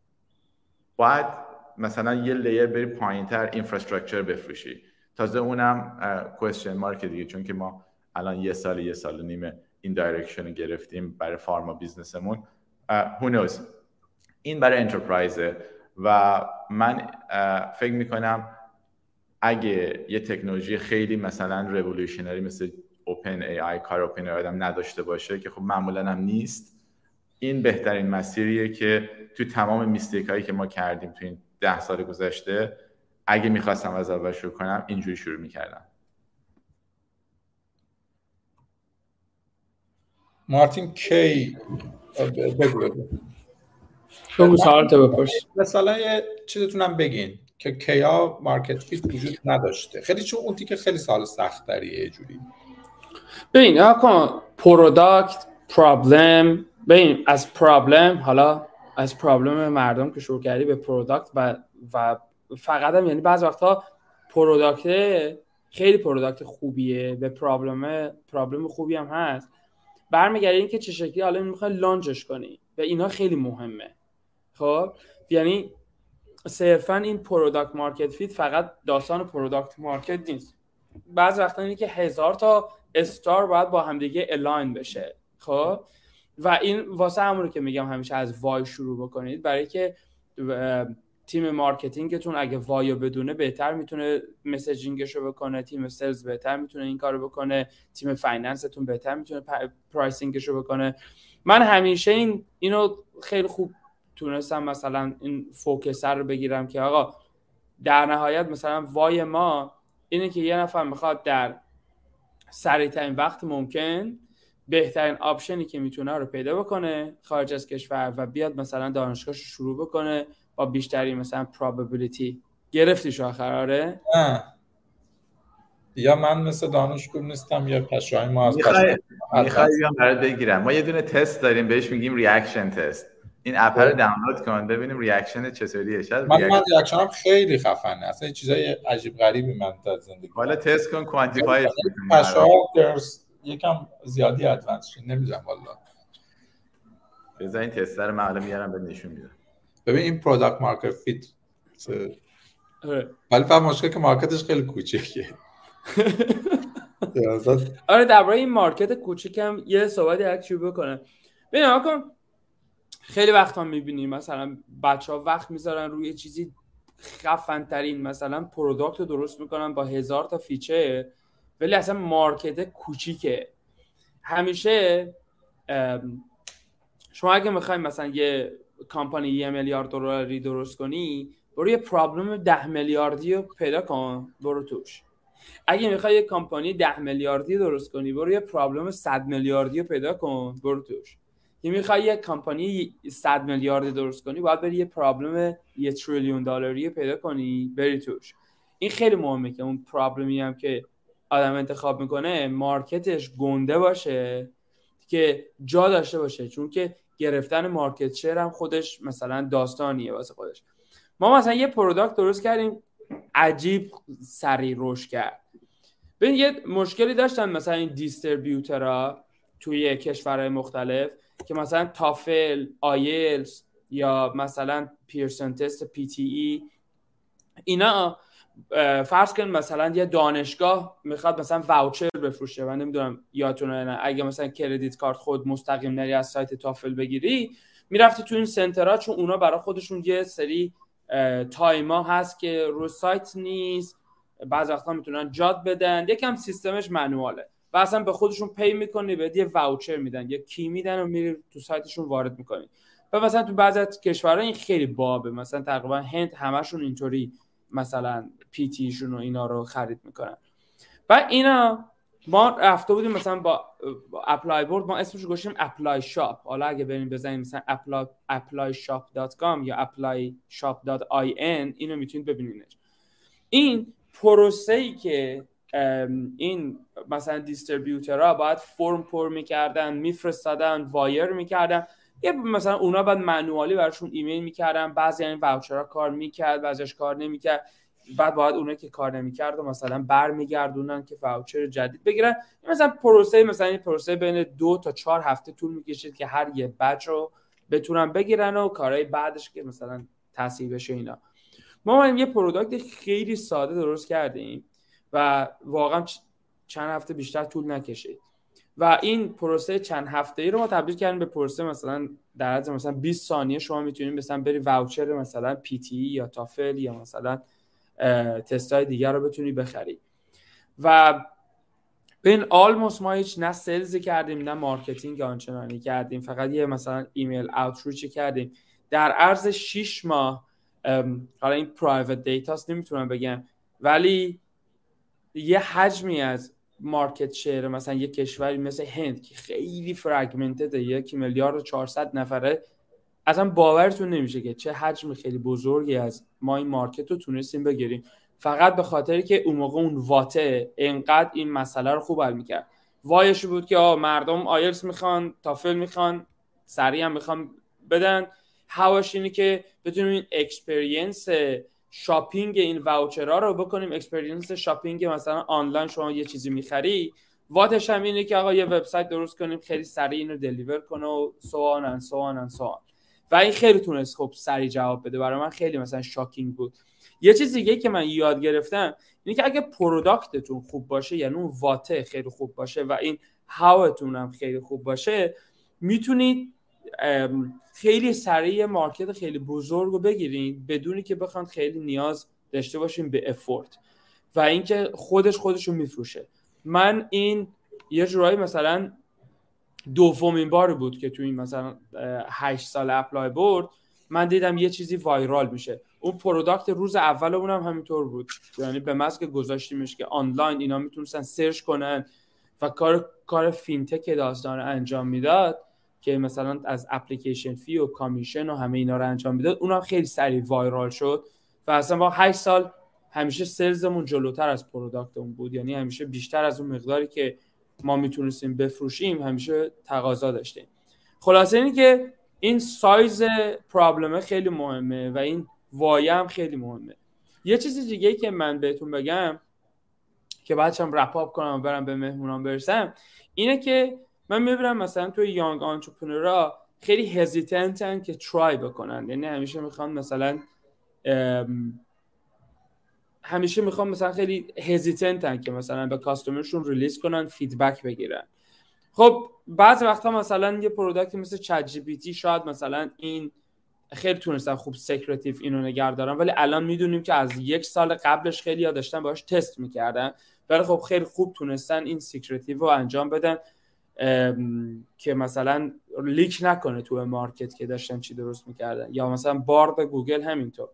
باید مثلا یه لیر بری پایینتر اینفراستراکچر بفروشی. تازه اونم کوئسچن مارک دیگه، چون که ما الان یه سال یه سال و نیمه این دایرکشن رو گرفتیم برای فارما بیزنسمون. who knows. این برای انترپرایزه و من فکر میکنم اگه یه تکنولوژی خیلی مثلا رولوشنری مثل اوپن ای آی، کار اوپن ای آی آدم نداشته باشه که خب معمولا هم نیست، این بهترین مسیریه که تو تمام میستیک هایی که ما کردیم تو این ده سال گذشته اگه میخواستم از اول شروع کنم اینجوری شروع میکردم. مارتین کی بگو بگو بگو سوالت بپرس. مثلا یه چیزتونم بگین که کیا مارکت فیت وجود نداشته. خیلی چون اون تیکه خیلی سال سخت داریه یه جوری. ببین اکن پروداکت پرابلم، ببین از پرابلم، حالا از پرابلم مردم که شروع کردی به پروداکت و و فقط هم یعنی بعض وقتا پروداکت خیلی پروداکت خوبیه به پرابلم پرابلم خوبی هم هست، برمیگردی این که چه شکلی حالا میخوای لانچش کنی و اینا خیلی مهمه. خب یعنی صرفا این پروداکت مارکت فیت فقط داستان پروداکت مارکت نیست. بعض وقتا اینه که هزار تا استار باید با همدیگه الاین بشه. خب و این واسه همونه که میگم همیشه از وای شروع بکنید، برای که تیم مارکتینگتون اگه وایو بدونه بهتر میتونه مسیجینگشو بکنه، تیم سلز بهتر میتونه این کارو بکنه، تیم فایننستون بهتر میتونه پرایسینگشو بکنه. من همیشه این اینو خیلی خوب تونستم مثلا این فوکسر رو بگیرم که آقا در نهایت مثلا وای ما اینه که یه نفر میخواد در سریع ترین وقت ممکن بهترین آپشنی که میتونه رو پیدا بکنه خارج از کشور و بیاد مثلا دانشگاهش رو شروع بکنه با بیشتری مثلا probability. گرفتی شو آخراره؟ نه یا من مثل دانشگاه نیستم یا پشای ما از میخوای میخوای بیام برات بگیرم. ما یه دونه تست داریم بهش میگیم ریاکشن تست. این اپ رو دانلود کن ببینیم ریاکشن چطوریه. شاید من من ریاکشنم خیلی خفنه، اصلا چیزای عجیب غریبی من در زندگی. حالا تست کن کوانتیفای پشا درس یکم زیادی ادوانس شد نمیدونم والله. بذار این تست رو من الان میارم بهت نشون میدم. ببین این پروداکت مارکت فیت ولی فقط مشکل که مارکتش خیلی کوچیکه. آره درباره این مارکت کوچیکم یه صحبتی اکچولی بکنم. ببین آقا خیلی وقتا میبینیم مثلا بچه‌ها وقت میذارن روی چیزی خفن ترین مثلا پروداکت رو درست میکنن با هزار تا فیچر، ولی اصلا مارکت کوچیکه. همیشه شما اگه میخوایم مثلا یه کمپانی یه میلیارد دلاری درست کنی، برو یه پرابلم ده میلیاردی رو پیدا کن برو توش. اگه میخوای یه کمپانی ده میلیاردی درست کنی، برو یه پرابلم صد میلیاردی رو پیدا کن برو توش. که میخوای یه کمپانی صد میلیاردی درست کنی، باید بری یه پرابلم یه تریلیون دلاری رو پیدا کنی بری توش. این خیلی مهمه که اون پرابلمی هم که آدم انتخاب میکنه مارکتش گنده باشه که جا داشته باشه، چون که گرفتن مارکت شیر هم خودش مثلا داستانیه واسه خودش. ما مثلا یه پروداکت درست کردیم عجیب سریع رشد کرد. ببین یه مشکلی داشتن مثلا این دیستریبیوتورها توی کشورهای مختلف که مثلا تافل، آیلز یا مثلا پیرسون تست، پی تی ای، اینا فرض کن مثلا یه دانشگاه میخواد مثلا واوچر بفروشه، من نمیدونم یادتونه نه، اگه مثلا کردیت کارت خود مستقیم نری از سایت تافل بگیری، میرفتی تو این سنترها، چون اونا برای خودشون یه سری تایما هست که رو سایت نیست، بعضی وقتا میتونن جاد بدن، یکم سیستمش منواله و اصلا به خودشون پی میکنی، بهت یه واوچر میدن یا کی میدن و میری تو سایتشون وارد میکنی. و مثلا تو بعضی از کشورها این خیلی بابه، مثلا تقریبا هند همشون اینطوری مثلا پی تی شون و اینا رو خرید میکنن. و اینا ما رفته بودیم مثلا با اپلای بورد، ما اسمش رو گذاشتیم اپلای شاپ. حالا اگه بریم بزنیم مثلا اپلای شاپ دات کام یا اپلای شاپ دات آی ان، اینو میتونید ببینینش. این پروسه‌ای که این مثلا دیستریبیوتورها باید فرم پر میکردن، میفرستادن، وایر میکردن، یه مثلا اونا بعد منوالی براشون ایمیل میکردن، بعضی این واوچرها کار میکرد بعضیش کار نمیکرد، بعد باید اونا که کار نمیکرد و مثلا برمیگردونن که واوچر جدید بگیرن. مثلا پروسه مثلا این پروسه بین دو تا چهار هفته طول میکشید که هر یه بچ رو بتونن بگیرن و کارهای بعدش که مثلا تصحیح بشه اینا. ما ما یه پروداکت خیلی ساده درست کردیم و واقعا چند هفته بیشتر طول نکشید و این پروسه چند هفته‌ای رو ما تبدیل کردیم به پروسه مثلا در عرض مثلا بیست ثانیه شما میتونید مثلا بری واوچر مثلا پی تی یا تافل یا مثلا تستای دیگر رو بتونی بخری. و ببین آلموست ما هیچ نه سلز کردیم نه مارکتینگ آنچنانی کردیم، فقط یه مثلا ایمیل اوتریچ کردیم. در عرض شش ماه، حالا این پرایوت دیتاست نمیتونم بگم، ولی یه حجمی از مارکت شیر مثلا یه کشوری مثل هند که خیلی فرگمنتده، یک میلیارد و چهارصد نفره، اصلا باورتون نمیشه که چه حجم خیلی بزرگی از ما این مارکت رو تونستیم بگیریم، فقط به خاطری که اون موقع اون واته اینقدر این مسئله رو خوب حل میکرد. وایش بود که آه مردم آیلتس میخوان، تافل میخوان، سریع هم میخوان بدن، هواش اینه که بتونیم این اکسپریانس شاپینگ این واوچرها رو بکنیم اکسپریانس شاپینگ مثلا آنلاین. شما یه چیزی میخری، واتش هم اینه که آقا یه وبسایت درست کنیم خیلی سریع اینو دلیور کنه و سوان ان سوان ان سوان. و این خیلی تونست خب سریع جواب بده. برای من خیلی مثلا شاکینگ بود. یه چیز دیگه که من یاد گرفتم اینه که اگه پروداکتتون خوب باشه، یعنی اون واته خیلی خوب باشه و این هاوتون هم خیلی خوب باشه، میتونید خیلی سریع مارکت خیلی بزرگ رو بگیرین بدونی که بخواید خیلی نیاز داشته باشین به افورت و اینکه خودش خودشو میفروشه. من این یه جورایی مثلا دومین بار بود که تو این مثلا هشت سال اپلای بورد من دیدم یه چیزی وایرال میشه. اون پروداکت روز اول اونم همینطور بود، یعنی به محض که گذاشتیمش که آنلاین اینا میتونستن سرچ کنن و کار کار فینتک داستان انجام میداد که مثلا از اپلیکیشن فی و کامیشن و همه اینا رو انجام میداد، اونم خیلی سریع وایرال شد و اصلا با هشت سال همیشه سلزمون جلوتر از پروداکتمون بود، یعنی همیشه بیشتر از اون مقداری که ما میتونستیم بفروشیم همیشه تقاضا داشتیم. خلاصه اینه که این سایز پرابلمه خیلی مهمه و این وایه هم خیلی مهمه. یه چیز دیگه که من بهتون بگم که بعدشم رپ اپ کنم و برم به مهمونام برسم اینه که من میبینم مثلا توی یانگ آنترپرنورها خیلی هزیتنتن که ترای بکنن، یعنی همیشه میخوان مثلا همیشه میخوام مثلا خیلی هزیتنتن که مثلا به کاستومرشون ریلیز کنن فیدبک بگیرن. خب بعضی وقتا مثلا یه پروداکتی مثل چت جی پی تی شاید مثلا این خیلی تونستن خوب سکرتیو اینو نگه دارن، ولی الان میدونیم که از یک سال قبلش خیلی ها داشتن باهاش تست میکردن، ولی خب خیلی خوب تونستن این سکرتیو رو انجام بدن که مثلا لیک نکنه تو مارکت که داشتن چی درست میکردن، یا مثلا بارد گوگل همینطور.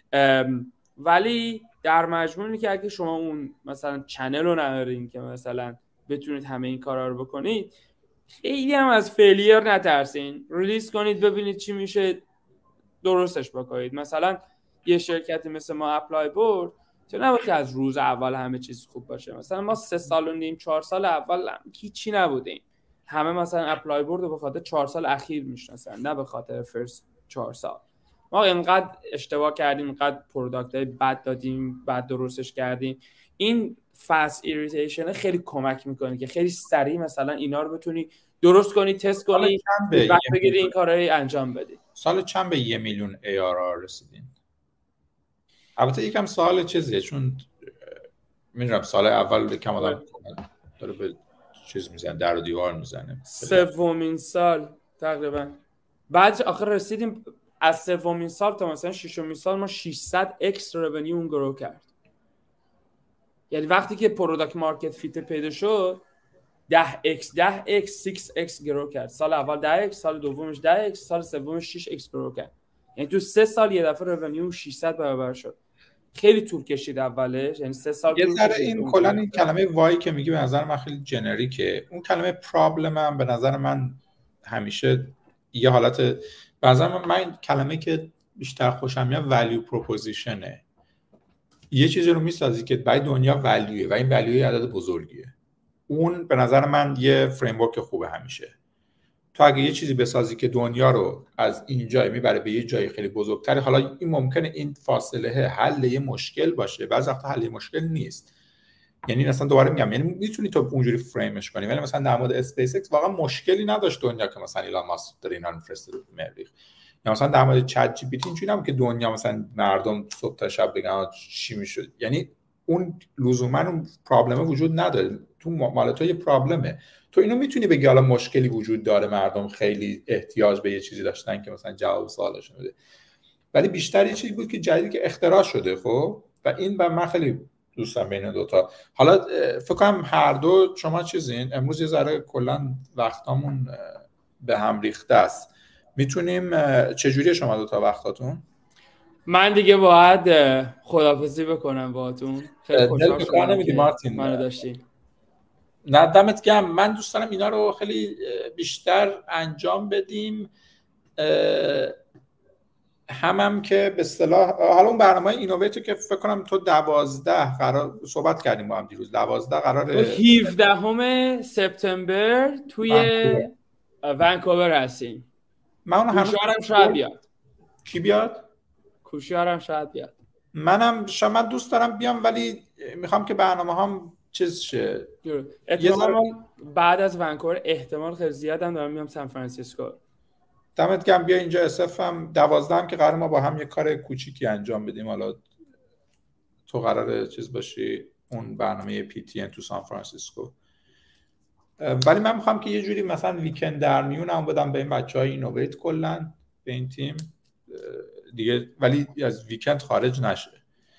ولی در مجموع اینه که اگه شما اون مثلا چنل رو ندارین که مثلا بتونید همه این کارا رو بکنید، خیلی هم از فیلیر نترسین، ریلیز کنید ببینید چی میشه، درستش بکنید. مثلا یه شرکتی مثل ما اپلای بورد تو نبود که از روز اول همه چیز خوب باشه. مثلا ما سه سال و نیم چهار سال اول هیچی نبودیم، همه مثلا اپلای بورد رو به خاطر چهار سال اخیر میشناسن، نه به خاطر فرست چهار سال. ما اینقدر اشتباه کردیم، اینقدر پروداکت های بد دادیم، بد درستش کردیم. این فاست ایریتیشن خیلی کمک میکنه که خیلی سریع مثلا اینا رو بتونی درست کنی، تست کنی، بعد بگیری این کارهای انجام بدی. سال چند به یه میلیون ای آر آر رسیدین؟ البته یکم سوال چیزیه، چون میدونم سال اول کم آدم داره به چیز میزنه، در و دیوار میزنه. سومین سال تقریبا بعد آخر رسیدیم، از سومین سال تا مثلا ششمین سال ما ششصد ایکس رونیو اون گرو کرد. یعنی وقتی که پروداکت مارکت فیت پیدا شد ده ایکس ده ایکس شش ایکس گرو کرد. سال اول ده ایکس، سال دومش ده ایکس، سال سومش شش ایکس گرو کرد. یعنی تو سه سال یه دفعه رونیو ششصد برابر شد. خیلی طول کشید اولش، یعنی سه سال. یه ذره این کلا این کلمه وای که میگی به نظر من خیلی جنریکه. اون کلمه پرابلم هم به نظر من همیشه یه حالت، به نظر من, من کلمه که بیشتر خوشم میاد ولیو پروپوزیشنه. یه چیزی رو میسازی که برای دنیا ولیوه و این ولیوی عدد بزرگیه. اون به نظر من یه فریم ورک خوبه همیشه. تو اگه یه چیزی بسازی که دنیا رو از این جای میبره به یه جای خیلی بزرگتری، حالا این ممکنه این فاصله حل یه مشکل باشه، بعضی وقتا حل یه مشکل نیست. یعنی مثلا دوباره میگم، یعنی میتونی تو اونجوری فریمش کنی، ولی مثلا در مورد اسپیس ایکس واقعا مشکلی نداشت دنیا که مثلا ایلان ماسک داره اینا رو فرستاده به مریخ. یا مثلا در مورد چت جی پی تی اینجوری نبود که دنیا مثلا مردم صبح تا شب بگن چی میشد. یعنی اون لزوما اون پرابلم وجود نداره. تو مال تو یه پرابلمه، تو اینو میتونی بگی حالا مشکلی وجود داره، مردم خیلی احتیاج به یه چیزی داشتن که مثلا جواب سوالشون بده، ولی بیشتر یه چیزی بود که جدیدی که اختراع شده. خب و این و من خیلی دوستم بین دوتا. حالا فکر کنم هر دو شما چیزین، امروز یه ذره کلا وقتامون به هم ریخته است. میتونیم چجوری شما دوتا وقتاتون؟ من دیگه باید خداحافظی بکنم باهاتون. خیلی خوشحال شدم که مارتین منو داشتین. نه دمت گرم. من دوست دارم اینا رو خیلی بیشتر انجام بدیم. همم هم که به اصطلاح حالا اون برنامه اینوویتو که فکر کنم تو دوازده قرار صحبت کردیم با هم دیروز، دوازده قراره هفدهم سپتامبر توی ونکوور هستیم. من اون هنوز کوشیارم شاید بیاد. کی بیاد؟ کوشیارم شاید بیاد. منم شما دوست دارم بیام، ولی میخوام که برنامه هم چیز شه. احتمال بعد از ونکوور احتمال خیلی زیادم دارم میام سان فرانسیسکو. دمت گرم. بیا اینجا اسف هم دوازده هم که قرار ما با هم یه کار کوچیکی انجام بدیم. حالا تو قراره چیز باشی اون برنامه پی تی ان تو سان فرانسیسکو، ولی من میخوام که یه جوری مثلا ویکند در میون هم بدم به این بچهای اینوویت کلا به این تیم دیگه، ولی از ویکند خارج نشه.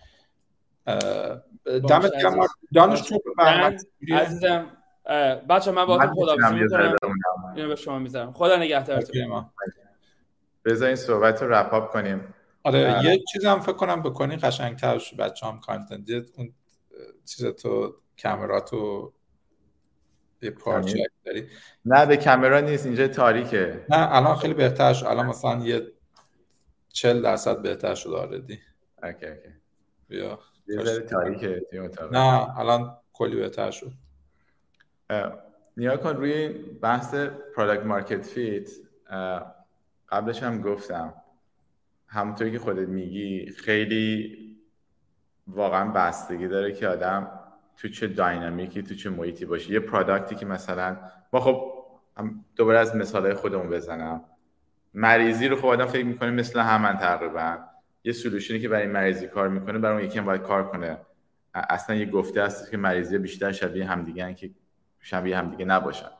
دمت گرم دانش تو عزیزم. بچه من باهاتون خداحافظی می‌کنم. اینو به شما میذارم. خدا نگهدارتون. بذارین صحبت رو رپ اپ کنیم. آره یه چیزی هم فکر کنم بکنین قشنگ‌تر شه. بچه‌ام کانتنت اون چیز تو کامراتو یه پارچه داری. نه به کامرا نیست، اینجا تاریکه. نه الان خیلی بهتر شد. الان مثلا یه چهل درصد بهتر شد آردی. اوکی اوکی. بیا. یه ذره تاریکه تو اتاق. نه الان کلی بهتر شد. نیا کن روی بحث پروداکت مارکت فیت. قبلش هم گفتم همونطوری که خودت میگی خیلی واقعا بستگی داره که آدم تو چه داینامیکی تو چه محیطی باشه. یه پروداکتی که مثلا ما خب دوباره از مثالای خودمون بزنم، مریضی رو خب آدم فکر میکنه مثل همن تقریبا، یه سولوشنی که برای مریضی کار میکنه برای اون یکی هم باید کار کنه. اصلا یه گفته هست که مریضی بیشتر شبیه همدیگه‌ن که شبیه همدیگه نباشن.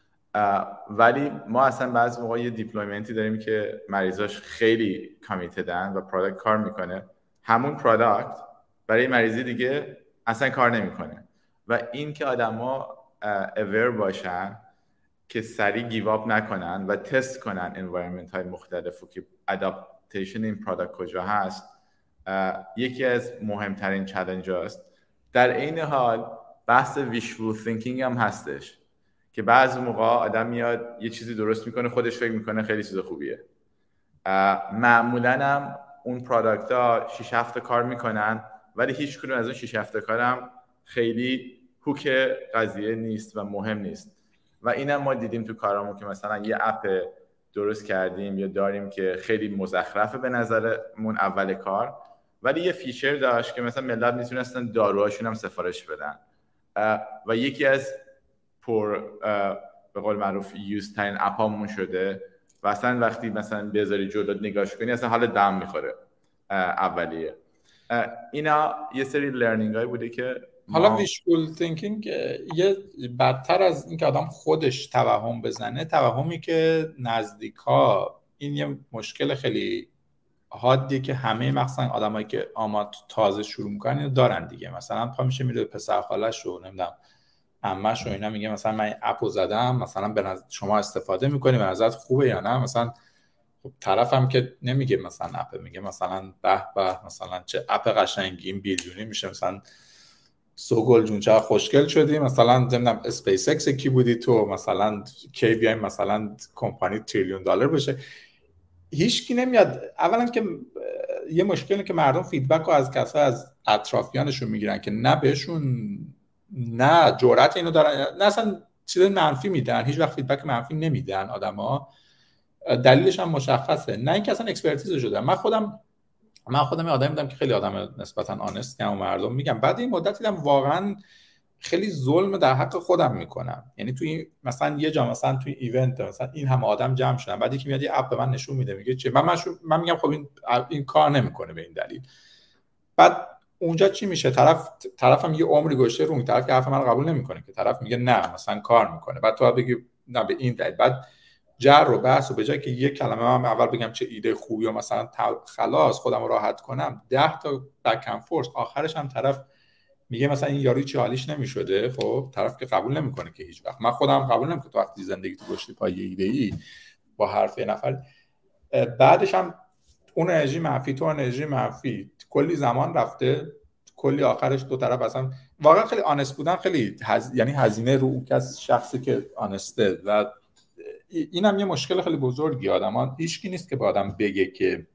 ولی ما اصلا بعضی موقع یه دیپلویمنتی داریم که مریضاش خیلی کامیتدن و پروداکت کار میکنه، همون پروداکت برای مریضی دیگه اصلا کار نمیکنه. و این که آدما اویر باشن که سریع گیو اپ نکنن و تست کنن انوایرمنت های مختلف و که اداپتیشن این پروداکت کجا هست، یکی از مهمترین چالش هاست. در این حال بحث ویشفول تینکینگ هم هستش که بعضی موقع آدم میاد یه چیزی درست میکنه، خودش فکر میکنه خیلی چیز خوبیه، معمولا هم اون پروداکت ها شش هفته کار میکنن ولی هیچ کدوم از اون شش هفته کارم خیلی هوک قضیه نیست و مهم نیست. و اینم ما دیدیم تو کارامون که مثلا یه اپ درست کردیم یا داریم که خیلی مزخرفه به نظرمون اول کار، ولی یه فیچر داشت که مثلا ملت میتونستن داروهاشون هم سفارش بدن و یکی از پر به قول معروف یوز ترین اپامون شده و اصلا وقتی مثلا بذاری جلوت نگاش کنی اصلا حال دم میخوره اولیه. اینا یه سری لرنینگ هایی بوده که حالا ویشفول تینکینگ یه بدتر از اینکه آدم خودش توهم بزنه، توهمی که نزدیکا، این یه مشکل خیلی حادیه که همه مخصوصا آدمایی که آماد تازه شروع میکنن اینو دارن دیگه. مثلا پا میشه میره پسر خالش رو نمیدونم عمه‌ش و اینا میگه مثلا من این اپو زدم، مثلا به نظر شما استفاده میکنی، به نظرت خوبه یا نه؟ مثلا خب طرفم که نمیگه مثلا اپ، میگه مثلا به به مثلا چه اپ قشنگی، این بیلیونی میشه، مثلا سوگل جون چه خوشگل شدی، مثلا نمیدونم اسپیس ایکس کی بودی تو، مثلا کی بیایم مثلا کمپانی تریلیون دلار بشه. هیچکی نمیاد. اولا که یه مشکلی که مردم فیدبک رو از کسا از اطرافیانشون میگیرن که نه بهشون نه جرأت اینو دارن، نه اصلا چیز منفی میدن، هیچ وقت فیدبک منفی نمیدن آدما. دلیلش هم مشخصه، نه اینکه اصلا اکسپرتیزشو دارن. من خودم من خودم آدمی بودم که خیلی آدم نسبتا آنست و مردم میگم، بعد این مدت دیدم واقعا خیلی ظلم در حق خودم میکنم. یعنی توی مثلا یه جا مثلا توی ایونت مثلا این همه آدم جمع شدن، بعد یکی میاد یه اپ به من نشون میده میگه چه، من من, من میگم خب این این کار نمیکنه به این دلیل. بعد اونجا چی میشه؟ طرف طرفم یه عمری گذشته رو اون طرف که حرف من رو قبول نمیکنه، که طرف میگه نه مثلا کار میکنه، بعد تو بگی نه به این دلیل. بعد جر و بحث و به جای که یه کلمه من اول بگم چه ایده خوبی و مثلا خلاص خودم رو راحت کنم، ده تا بک اند فورس آخرش هم طرف میگه مثلا این یاری چه حالیش نمیشده. خب طرف که قبول نمیکنه که هیچ وقت. من خودم قبول نمیکنم تو وقتی زندگی تو گشتی پای یه ایده ای با حرف یه نفر، بعدش هم اون انرژی منفی تو انرژی منفی کلی زمان رفته، کلی آخرش دو طرف اصلا واقعا خیلی آنست بودن خیلی هز... یعنی هزینه رو اون کس شخصی که آنسته. و اینم یه مشکل خیلی بزرگی، آدمان هیچکی نیست که با آدم بگه که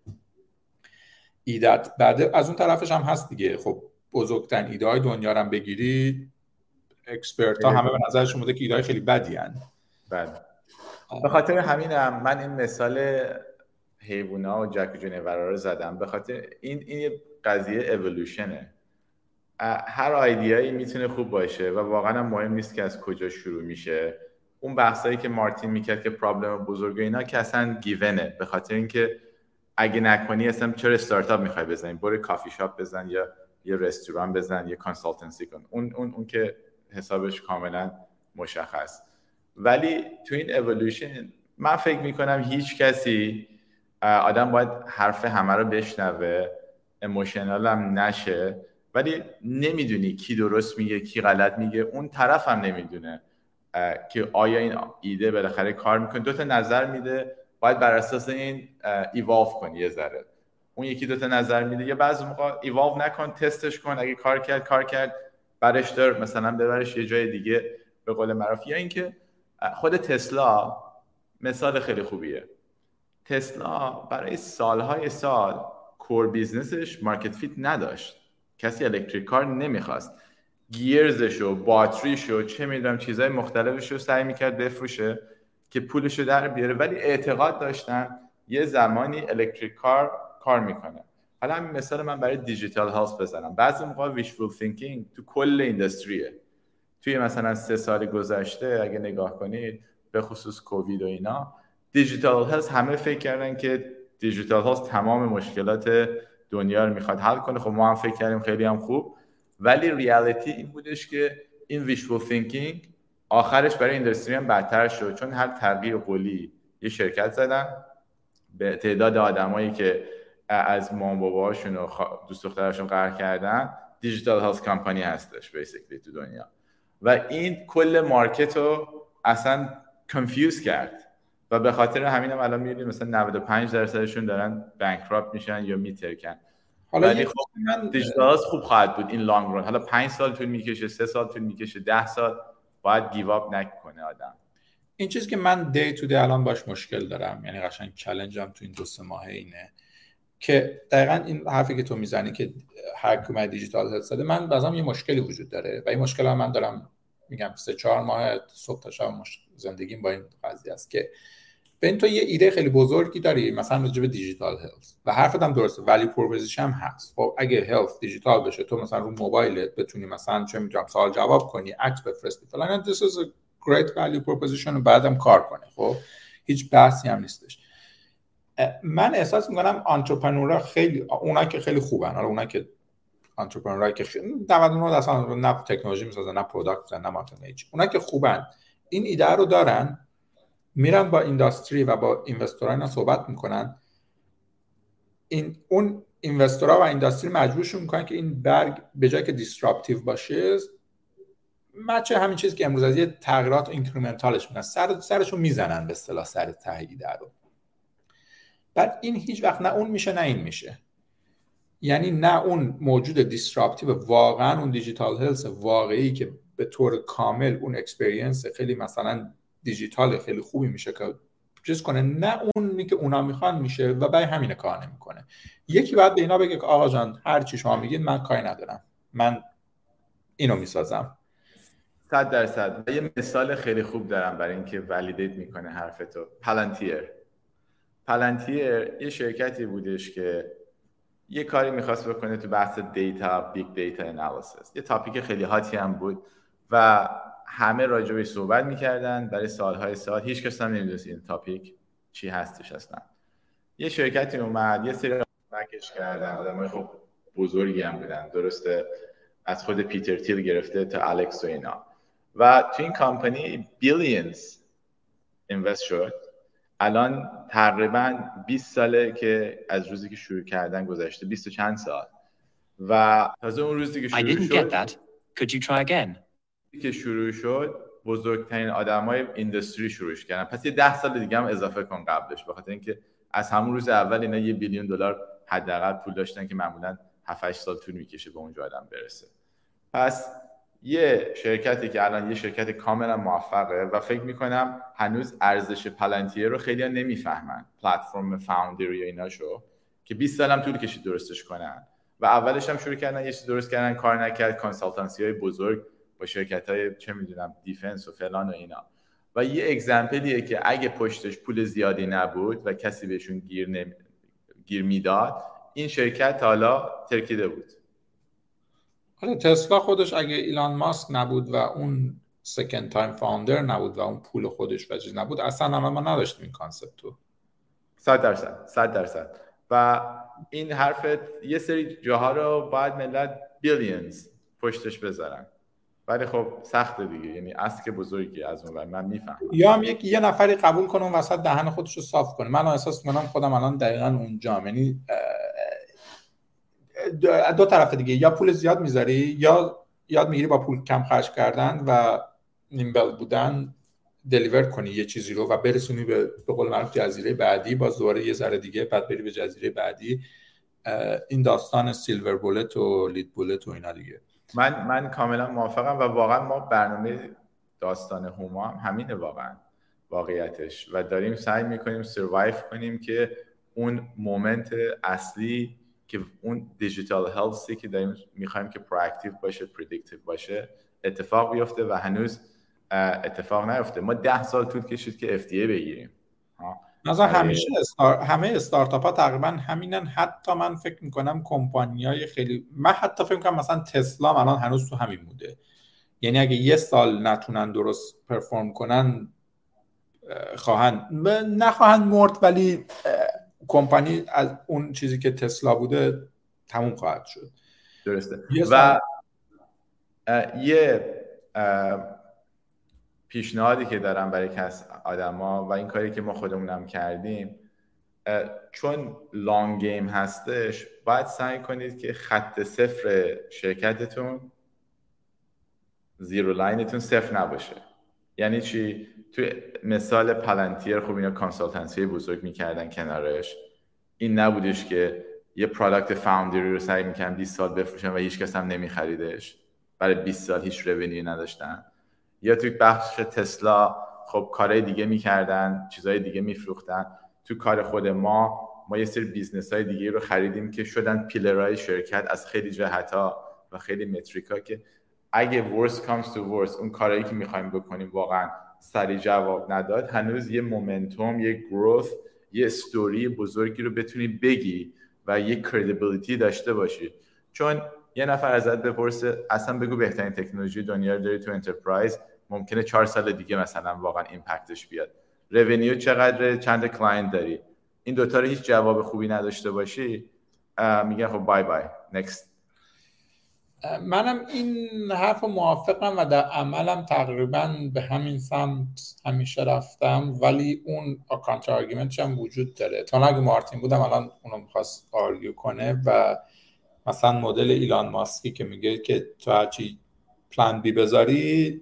ایدت بعد از اون طرفش هم هست دیگه. خب بزرگترین ایده های دنیا رو هم بگیری اکسپرت ها همه به نظرشون بوده که ایده های خیلی بدی هن. بد. به خاطر همینم من این مثال حیوونا و جک و جونورا رو زدم، به خاطر این این یه قضیه اِوولوشنه. هر ایده‌ای میتونه خوب باشه و واقعا مهم نیست که از کجا شروع میشه. اون بحثایی که مارتین میکرد که پرابلم بزرگ اینا که اصلا گیونه، به خاطر اینکه اگه نکنی اصلا چرا استارتاپ میخوای بزنی؟ برو کافی شاپ بزن یا یه رستوران بزن، یه کانسالتنسی کن. اون اون اون که حسابش کاملا مشخص. ولی تو این اِوولوشن من فکر میکنم هیچ کسی آدم باید حرف همه رو بشنوه، ایموشنال هم نشه، ولی نمیدونی کی درست میگه کی غلط میگه، اون طرف هم نمیدونه که آیا این ایده بالاخره کار میکنه. دو تا نظر میده، باید بر اساس این ایوالو کنی یه ذره. اون یکی دو تا نظر میده، یا بعضی موقع ایوالو نکن، تستش کن، اگه کار کرد کار کرد برش دار مثلا ببرش یه جای دیگه به قول معروف. یا اینکه خود تسلا مثال خیلی خوبیه. تسلا برای سالهای سال کور بیزنسش مارکت فیت نداشت، کسی الکتریک کار نمیخواست، گیرزشو، باتریشو، چه میدونم چیزای مختلفشو سعی میکرد بفروشه که پولشو در بیاره، ولی اعتقاد داشتن یه زمانی الکتریک کار کار میکنه. حالا همین مثال من برای دیجیتال هلت بزنم. بعضی موقع ویشفول تینکینگ تو کل اینداستریه. توی مثلا سه سال گذشته اگه نگاه کنید به خصوص کووید و اینا، دیجیتال هلت همه فکر کردن که دیجیتال هلت تمام مشکلات دنیا رو میخواد حل کنه. خب ما هم فکر کردیم خیلی هم خوب، ولی ریالیتی این بودش که این ویشفول تینکینگ آخرش برای اینداستری هم بدتر شد، چون هر تغییر قولی یه شرکت زدن به تعداد آدمایی که از مام باباشون و دوست دخترشون قهر کردن دیجیتال هلت کمپانی هستش بیسیکلی تو دنیا، و این کل مارکت رو اصلا کنفیوز کرد و به خاطر همین هم الان می‌بینید مثلا نود و پنج درصدشون دارن بانکراپت میشن یا میترکن. حالا ولی خب من دیجیتال خوب خواهد بود این لانگ ران. حالا پنج سال طول میکشه، سه سال طول میکشه، ده سال باید گیو اپ نکنه آدم. این چیزی که من دی تو دی الان باش مشکل دارم، یعنی قشنگ چالنجم تو این دو سه ماهه اینه که دقیقاً این حرفی که تو میزنی که هر کی دیجیتال هلت زده، من بازم یه مشکلی وجود داره و این مشکل هم من دارم میگم سه چهار ماه صبح تا شب زندگیم با این قضیه است که ببین تو یه ایده خیلی بزرگی داری مثلا راجع به دیجیتال هلت و حرفت هم درسته، ولی پروپوزیشن هم هست. خب اگه هلت دیجیتال بشه، تو مثلا رو موبایلت بتونی مثلا چه میدونم سوال جواب کنی، عکس بفرستی فلان، this is a great value proposition و بعدم کار کنه. خب هیچ بحثی هم نیستش. من احساس میکنم انترپرنورها خیلی اونا که خیلی خوبن، حالا اونا که انترپرنورها که نود و نه درصد نه تکنولوژی میسازن نه پروداکت میسازن نه مارکتینگ، اونا که خوبن این ایده رو دارن، میرن با اینداستری و با اینوستورها اینا صحبت میکنن، این اون اینوستورها و اینداستری مجبورشون میکنن که این برگ به جای که دیسراپتیو باشه مچه همین چیزی که امروز از یه تغییرات اینکریمنتالش میکنن، سر سرشو میزنن به اصطلاح سر ته ایده رو. بعد این هیچ وقت نه اون میشه نه این میشه، یعنی نه اون موجود دیسراپتیو واقعا اون دیجیتال هلت واقعی که به طور کامل اون اکسپریانس خیلی مثلا دیجیتال خیلی خوبی میشه که چیز کنه، نه اونی که اونا میخوان میشه و برای همین کار نمیکنه. یکی بعد به اینا بگه که آقا جان هر چی شما میگید من کاری ندارم، من اینو میسازم. صد درصد. یه مثال خیلی خوب دارم برای اینکه ولیدیت میکنه حرفتو. پالانتیر پالانتیر یه شرکتی بودش که یه کاری میخواست بکنه تو بحث دیتا، بیگ دیتا انالیسیس. یه تاپیک خیلی هاتی هم بود و همه راجع بهش صحبت میکردن برای سالهای سال. هیچ کس هم نمیدونست این تاپیک چی هستش اصلا. یه شرکتی اومد یه سری بکش کردن، آدمای خب بزرگی هم بودن، درسته از خود پیتر تیل گرفته تا الکس و اینا، و تو این کمپانی بیلیونز اینوست شد. الان تقریبا بیست ساله که از روزی که شروع کردن گذشته، بیست و چند سال، و تازه اون روزی که شروع شد get that. Could you try again? که شروع شد بزرگترین آدمای اینداستری شروعش کردن. پس یه ده سال دیگه هم اضافه کن قبلش، بخاطر اینکه از همون روز اول اینا یه بیلیون دلار حداقل پول داشتن که معمولا هفت هشت سال طول میکشه به اونجا آدم برسه. پس یه شرکتی که الان یه شرکت کاملا موفقه و فکر میکنم هنوز ارزش پالانتیر رو خیلی‌ها نمیفهمن، پلتفرم فاوندری و ایناشو که بیست سال هم طول کشید درستش کنن و اولش هم شروع کردن یه چیز درست کردن، کار نکرد، کانسالتنسی های بزرگ با شرکت‌های چه میدونم دیفنس و فلان و اینا. و یه اگزمپلیه که اگه پشتش پول زیادی نبود و کسی بهشون گیر نمی... گیر میداد، این شرکت حالا ترکیده بود. حالا تسلا خودش اگه ایلان ماسک نبود و اون سکند تایم فاوندر نبود و اون پول خودش و چیز نبود، اصلا هم ما نداشتیم این کانسپت رو. صد درصد صد درصد. و این حرفت یه سری جاها رو باید ملت بیلیونز پشتش بذارن، ولی خب سخته دیگه، یعنی اصل که بزرگی از اون من میفهمم. یا هم یک یه نفری قبول کنه اون وسط دهن خودش رو صاف کنه. من احساس می‌کنم خودم الان دقیقاً اونجام، یعنی دو, دو طرف دیگه، یا پول زیاد میذاری یا یاد میگیری با پول کم خرج کردن و نیمبل بودن دلیور کنی یه چیزی رو و برسونی به به قول معروف جزیره بعدی، باز دوباره یه ذره دیگه بعد بری به جزیره بعدی. این داستان سیلور بولت و لید بولت و اینا دیگه. من من کاملا موافقم و واقعا ما برنامه داستان هوما هم همینه واقعا واقعیتش، و داریم سعی میکنیم سروایو کنیم که اون مومنت اصلی که اون دیجیتال هلثی که داریم میخوایم که پرواکتیو باشه، پردیکتیو باشه، اتفاق بیفته و هنوز اتفاق نیفته. ما ده سال طول کشید که اف دی ای بگیریم. مثلا همیشه استار... همه استارتاپ ها تقریبا همینن. حتی من فکر میکنم کمپانیای خیلی، من حتی فکر میکنم مثلا تسلا الان هنوز تو همین موده، یعنی اگه یه سال نتونن درست پرفورم کنن خواهن نخواهن مرد، ولی کمپانی از اون چیزی که تسلا بوده تموم خواهد شد. درسته. و یه پیشنهادی که دارم برای کس آدما و این کاری که ما خودمونم کردیم، چون لانگ گیم هستش باید سعی کنید که خط صفر شرکتتون، زیرو لاینتون صفر نباشه. یعنی چی؟ تو مثال پالانتیر خب اینا کانسالتنسی بزرگ میکردن کنارش، این نبودش که یه پروداکت فاوندری رو سعی میکنن بیست سال بفروشن و هیچ کس هم نمیخریدش، برای بیست سال هیچ رونیو نداشتن. یا توی بخش تسلا خب کارهای دیگه میکردن، چیزهای دیگه میفروختن. تو کار خود ما ما یه سری بیزنس های دیگه رو خریدیم که شدن پیلرهای شرکت از خیلی جهت‌ها و خیلی متریکا که اگه worst comes to worst اون کارهایی که میخوایم بکنیم واقعا سریع جواب نداد، هنوز یه مومنتوم، یه گروث، یه استوری بزرگی رو بتونی بگی و یه کردیبیلیتی داشته باشی. چون یه نفر ازت بپرسه اصلا بگو بهترین تکنولوژی دنیا رو داری تو انترپرایز، ممکنه چهار سال دیگه مثلا واقعا ایمپکتش بیاد. رونیو چقدره، چند کلاینت داری، این دوتا رو هیچ جواب خوبی نداشته باشی، میگن خب بای بای نکست. منم این حرف موافقم و در عملم تقریبا به همین سمت همیشه رفتم، ولی اون کانتر آرگومنتش هم وجود داره. تا اگه مارتین بودم الان اونو میخواست آرگیو کنه و مثلا مدل ایلان ماسکی که میگه که تو هرچی پلان بی بذاری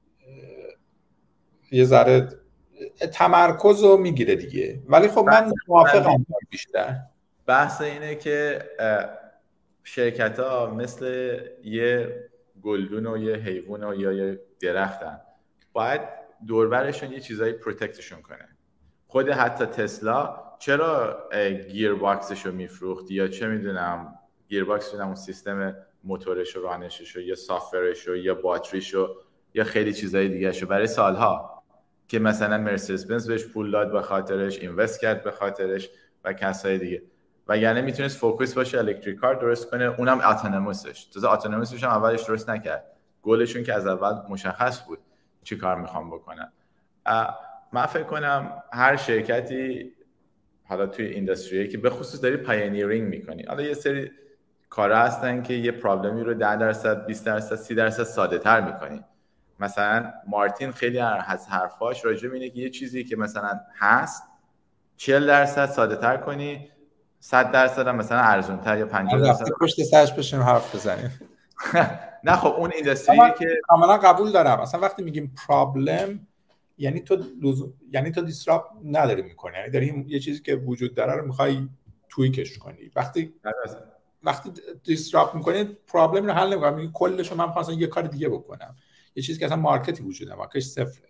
یه ذره تمرکز رو میگیره دیگه. ولی خب من موافقم بیشتر. بحث اینه که شرکت ها مثل یه گلدون و یه حیوان و یا یه درختن، باید دوربرشون یه چیزایی پروتکتشون کنه. خود حتی تسلا چرا گیر باکسش رو میفروخت یا چه میدونم گیر باکس اون سیستم موتورش و رانشش و یا سافتورش و یا باتریش و یا خیلی چیزای دیگه شو برای سالها که مثلا مرسدس بنز بهش پول داد به خاطرش، اینوست کرد به خاطرش و کسای دیگه، و یعنی میتونست فوکس باشه الکتریک کار درست کنه، اونم اتونوموسش. تازه اتونوموسش هم اولش درست نکرد، گلشون که از اول مشخص بود چی کار میخوام بکنن. من فکر کنم هر شرکتی حالا توی اینداستریه که به خصوص داری پایونیرینگ میکنی، حالا یه سری کارا هستن که یه پرابلمی رو ده درصد، بیست درصد، سی درصد ساده تر میکنی. مثلا مارتین خیلی از حرفاش راجع به اینه که یه چیزی که مثلا هست چهل درصد ساده تر کنی، صد درصد هم مثلا ارزون تر یا پنجاه درصد پشت سرش بشیم حرف بزنیم. نه خب اون اینداستریه که کاملا قبول دارم. اصلا وقتی میگیم پرابلم یعنی تو لزوم یعنی تو دیسراپ نداری میکنی، یعنی داری یه چیزی که وجود داره رو میخوای توییکش کنی. وقتی وقتی دیسراپ میکنی پرابلم رو حل نمیکنی، میگی کلش رو من خواستم یه کار دیگه بکنم، یه چیزی که اصلا مارکتی وجود نداره، مارکتش صفره.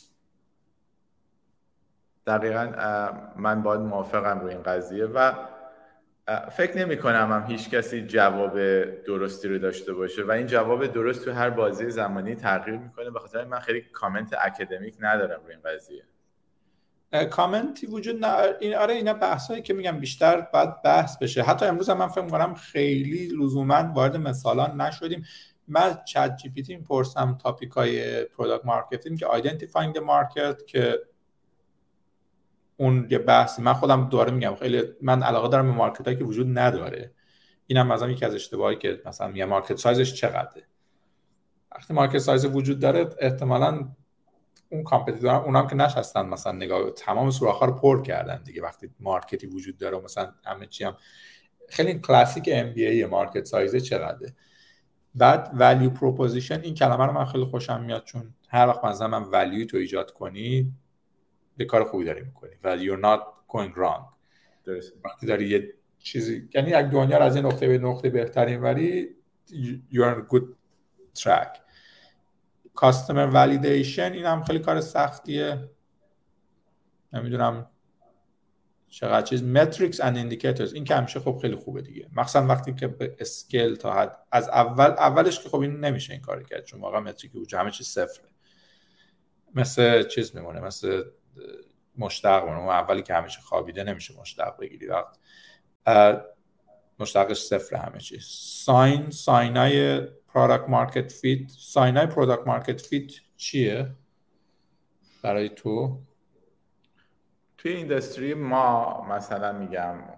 دقیقاً من باید موافقم روی این قضیه و فکر نمی کنم هم هیچ کسی جواب درستی رو داشته باشه و این جواب درست تو هر بازی زمانی تغییر میکنه. به خاطر من خیلی کامنت اکادمیک ندارم روی این قضیه. کامنتی وجود نداره. این آره اینا بحثایی که میگم بیشتر باید بحث بشه. حتی امروز هم من فکر می‌کنم خیلی لزوما وارد مثالا نشدیم. من چت جی پی تی میپرسم تاپیکای پروداکت مارکتینگ که آیدنتیفاینگ دی مارکت، که اون یه بحثی من خودم دوباره میگم خیلی من علاقه دارم به مارکتایی که وجود نداره. اینم مثلا یکی از اشتباهایی که مثلا میگم مارکت سایزش چقدره. وقتی مارکت سایز وجود داره احتمالاً اون کامپتیتورها اونام که نشستن مثلا نگاه تمام سوراخ‌ها رو پر کردن دیگه. وقتی مارکتی وجود داره مثلا همه چی هم خیلی کلاسیک ام بی ای مارکت سایز چقدره. بعد ولیو پروپوزیشن، این کلمه رو من خیلی خوشم میاد چون هر وقت مثلا من ولیو تو ایجاد کنی به کار خوبی داری میکنی و you're not going wrong. درست. وقتی داری یه چیزی یعنی یک دنیا رو از این نقطه به نقطه بهترین ولی you're on a good track. customer validation این هم خیلی کار سختیه. نمیدونم چقدر چیز metrics and indicators این که همیشه خب خیلی خوبه دیگه، مخصوصا وقتی که به اسکیل تا حد از اول اولش که خب این نمیشه این کارو کرد چون واقعا متریکی وجود همه چیز صفره، مثل چیز میمونه مثل مشتق میمونه. اون اولی که همیشه خوابیده نمیشه مشتق بگیری، وقت مشتقش صفر همه چیز. ساین ساینای پروداکت مارکت فیت ساینای پروداکت مارکت فیت چیه برای تو؟ توی اینداستری ما مثلا میگم خب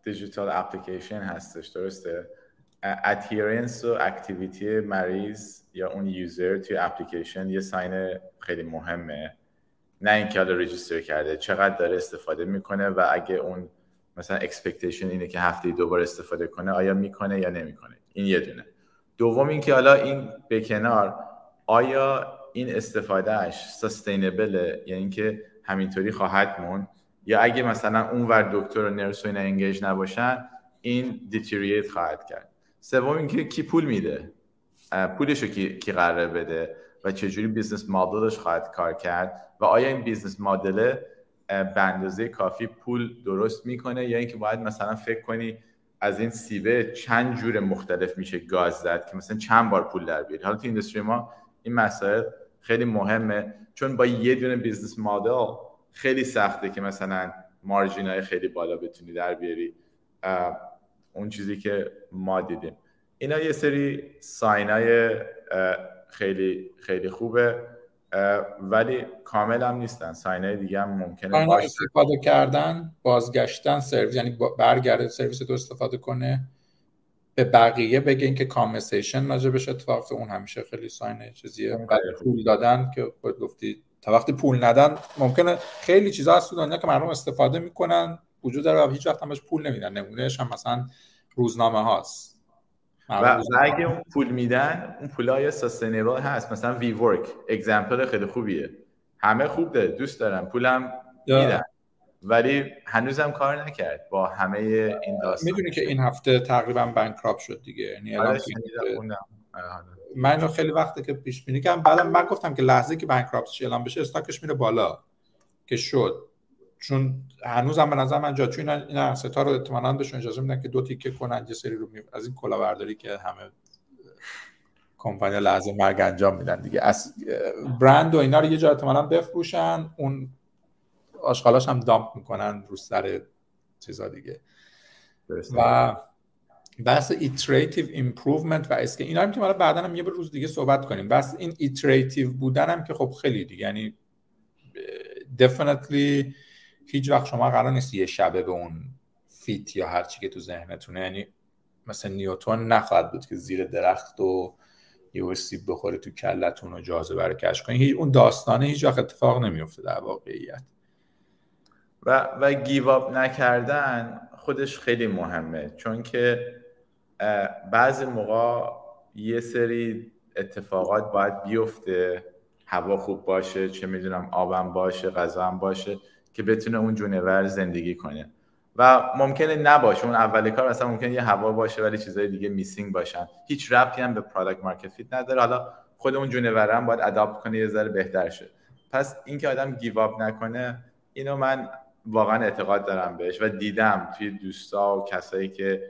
دیجیتال اپلیکیشن هستش، درسته؟ ادهرنس و اکتیویتی مریض یا اون یوزر توی اپلیکیشن یه ساین خیلی مهمه، نه اینکه حالا رجیستر کرده، چقدر داره استفاده میکنه و اگه اون مثلا اکسپکتیشن اینه که هفته دوبار استفاده کنه آیا میکنه یا نمیکنه. این یه دونه. دوم اینکه حالا این به کنار، آیا این استفادهش سستینبله، یعنی اینکه همینطوری خواهد مون، یا اگه مثلا اونور دکتر و نرس و اینا انگیج نباشن این دیترییت خواهد کرد. سوم اینکه کی پول میده، پولشو کی کی قراره بده و چجوری بیزنس مدلش خواهد کار کرد و آیا این بیزنس مدل به اندازه کافی پول درست میکنه یا اینکه باید مثلا فکر کنی از این سیبه چند جور مختلف میشه گاز زد که مثلا چند بار پول در بیاری. حالا تو اینداستری ما این مسائل خیلی مهمه، چون با یه دونه بیزنس مدل خیلی سخته که مثلا مارجینای خیلی بالا بتونی در بیاری. اون چیزی که ما دیدیم اینا یه سری ساینای خیلی خیلی خوبه ولی کامل هم نیستن. ساینای دیگه هم ممکنه باشه. استفاده کردن، بازگشتن سرویس، یعنی برگرده سرویس تو استفاده کنه، به بقیه بگه اینکه کانورسیشن راجع بهش اتفاق اون همیشه خیلی ساین چیزیه. بعد پول دادن که خود گفتی تا وقتی پول ندن ممکنه خیلی چیزا هست تو دنیا که مردم استفاده میکنن وجود داره و هیچ وقت هم بهش پول نمیدن. نمونهش هم مثلا روزنامه هاست و اگه اون پول میدن اون پولای سستینبل هست. مثلا وی ورک اگزمپل خیلی خوبیه، همه خوب ده دوست دارن پولم میدن ولی هنوزم کار نکرد با همه این داستان. میدونی که این هفته تقریبا بانکراپت شد دیگه، یعنی الان من اینو خیلی وقته که پیش بینی کردم، بعدم من گفتم که لحظه که بانکراپتش اعلام بشه استاکش میره بالا که شد، چون هنوزم به نظر من جاچو اینا اینا ستا رو احتمالاً بهشون اجازه میدن که دو تیکه کنن یه سری رو می... از این کلاهبرداری که همه کمپانی لحظه مرگ انجام میدن دیگه، از برند و اینا رو یه جا احتمالاً بفروشن، اون آشغالاش هم دامپ میکنن رو سر چیزا دیگه. درسته. و بحث ایتریتیو ایمپروومنت و اسکیل اینا هم که ما بعداً هم یه روز دیگه صحبت کنیم. بس این ایتریتیو بودن هم که خب خیلی دیگه، یعنی definitely هیچ وقت شما قرار نیست یه شبه به اون فیت یا هر چی که تو ذهنتونه، یعنی مثلا نیوتن نخواهد بود که زیر درخت و یه سیب بخوره تو کلتون و جاذبه رو کشف کنی. اون داستانه هیچ وقت اتفاق نمیفته در واقعیت. و و گیو آپ نکردن خودش خیلی مهمه، چون که بعضی موقع یه سری اتفاقات باید بیفته، هوا خوب باشه، چه میدونم آبم باشه، غذام باشه که بتونه اون جونور زندگی کنه و ممکنه نباشه. اون اولی کار مثلا ممکنه یه هوا باشه ولی چیزای دیگه میسینگ باشن، هیچ ربطی هم به پروداکت مارکت فیت نداره. حالا خود اون جونور هم باید اداپت کنه یه ذره بهتر شه. پس اینکه آدم گیو آپ نکنه اینو من واقعا اعتقاد دارم بهش و دیدم توی دوستا و کسایی که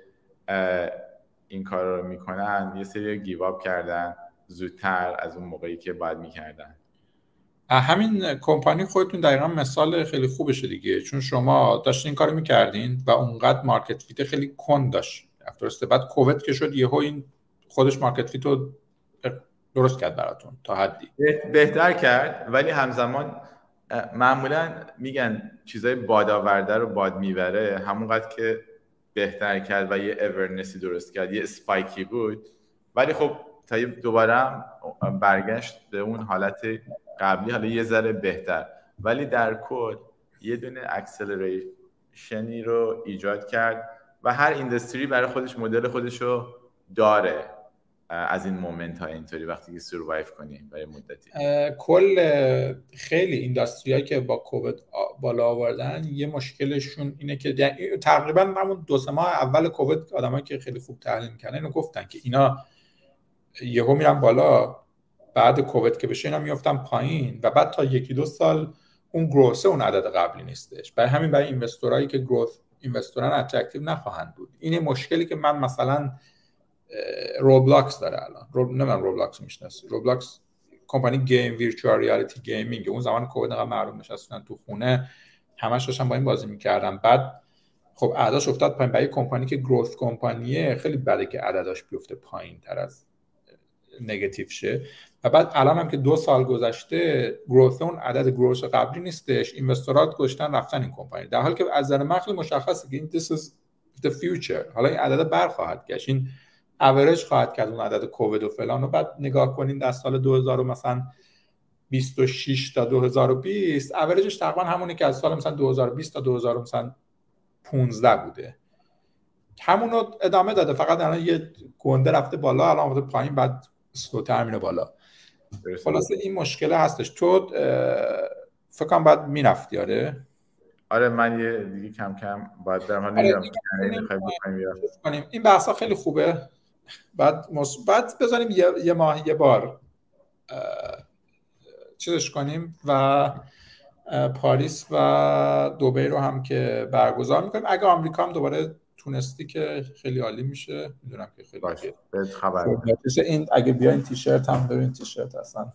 این کار رو میکنن یه سری گیو آپ کردن زودتر از اون موقعی که باید میکردن. همین کمپانی خودتون دقیقا مثال خیلی خوبشه دیگه، چون شما داشتین این کارو میکردین و اونقدر مارکت فیت خیلی کند داشت درسته، بعد کووید که شد یهو این خودش مارکت فیت رو درست کرد براتون تا حدی بهتر کرد، ولی همزمان معمولا میگن چیزای بادآورده رو باد میبره، همونقدر که بهتر کرد و یه اورنسی درست کرد، یه اسپایکی بود ولی خب تا دوباره برگشت به اون حالت قبلی، حالا یه ذره بهتر، ولی در کل یه دونه اکسلریشنی رو ایجاد کرد و هر اینداستری برای خودش مدل خودشو داره از این مومنت ها اینطوری وقتی که سروایو کنی برای مدتی. کل خیلی اینداستریایی که با کووید بالا آوردن یه مشکلشون اینه که تقریبا همون دو سه ماه اول کووید آدمایی که خیلی خوب تحلیل می‌کردن اینو گفتن که اینا یهو میرن بالا، بعد کووید که بشه اینا میافتن پایین و بعد تا یکی دو سال اون گروث اون عدد قبلی نیستش. برای همین برای اینوستورایی که گروث اینوستوران اترکتیو نخواهند بود. این مشکلی که من مثلا روبلاکس داره الان، رو نمیدونم روبلاکس میشناسی؟ روبلاکس کمپانی گیم ویرچوال ریالیتی گیمینگ، اون زمان کووید انقدر مردم نشستن تو خونه همش داشتن با این بازی میکردن، بعد خب عددش افتاد پایین. برای کمپانی که گروث کمپانیه خیلی بده که عددش بیفته پایین تر از نگاتیو شه و بعد الان هم که دو سال گذشته گروث اون عدد گروث قبلی نیستش، اینوستورات گشتن رفتن این کمپانی، در حالی که از نظر من خیلی مشخصه که این this is the future. حالا این عدد برخواهد گشت، این اوریج خواهد کرد اون عدد کووید و فلان. و بعد نگاه کنین در سال دو هزار و مثلا بیست و شش تا دو هزار و بیست اوریجش تقریبا همونی که از سال مثلا دو هزار و بیست تا دو هزار و پانزده بوده، همونو ادامه داده، فقط الان یه گنده رفته بالا، الان اومده پایین، بعد اسلوتر میره بالا. خلاصه این مشکل هستش. تو فکر کنم بعد میرفتی. آره آره من یه دیگه کم کم باید برم. حالا آره نمیدونم کنیم این بحثا خیلی خوبه. بعد بعد بذاریم یه, یه ماه یه بار چیزش کنیم و پاریس و دبی رو هم که برگزار میکنیم. اگه آمریکا هم دوباره تونستی که خیلی عالی میشه. میدونم که خیلی باشه بهت خبر این اگه بیاین تیشرت هم ببین، تیشرت اصلا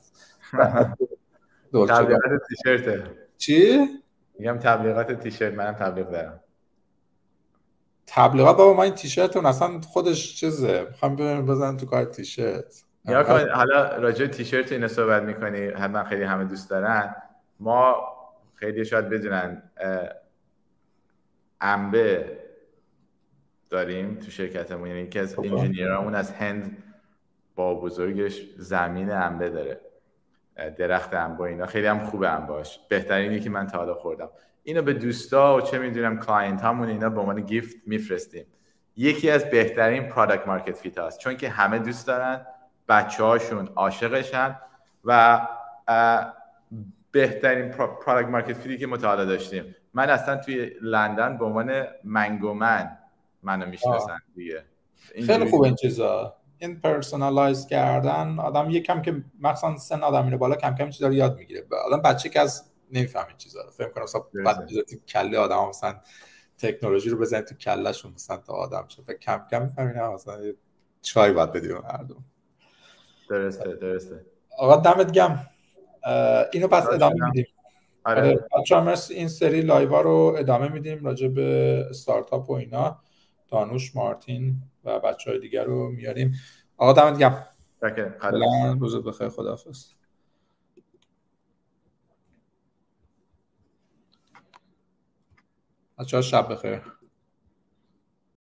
تبلیغات تیشرته. چی؟ میگم تبلیغات تیشرت، منم تبلیغ دارم. تبلیغات بابا، ما این تیشرت اون اصلا خودش چیزه، میخوام ببینم بزن تو کار تیشرت. یا کن حالا راجع به تیشرت اینا صحبت میکنی، حتما خیلی همه دوست دارن. ما خیلی شاید بدونن انبه داریم تو شرکتمون، یعنی یکی از انجینیرامون از هند با بزرگش زمین انبه داره، درخت انبه. اینا خیلی هم خوبه انبهاش، بهترینی که من تا حالا خوردم. اینو به دوستا و چه میدونم کلاینت همون اینا به عنوان گیفت میفرستیم. یکی از بهترین پروداکت مارکت فیت هست، چون که همه دوست دارن، بچه‌هاشون عاشقشن و بهترین پروداکت مارکت فیتی که ما تا حالا داشتیم. من اصلا توی لندن به عنوان منگومن منو میشناسن دیگه. خیلی خوبه این چیزا، این پرسونالایز کردن. آدم یکم که مثلا سن آدم میره بالا کم کم این چیزا رو یاد میگیره. آدم بچه که از نمیفهمه این چیزا رو، فهم کنه مثلا بعد تو کله آدم مثلا تکنولوژی رو بزنید تو کلهشون مثلا تا آدم شده کم کم میفهمینا مثلا چای باید بدیم مردم. درسته درسته. آقا دمت گرم. اینو پس ادامه میدیم. آره بچه‌ها مرسی. این سری لایوها رو ادامه میدیم راجع به استارتاپ و اینا. دانوش، مارتین و بچه‌های دیگر رو میاریم. آقا دمت گرم. اوکی. روزت بخیر. خداحافظ. بچه‌ها شب بخیر.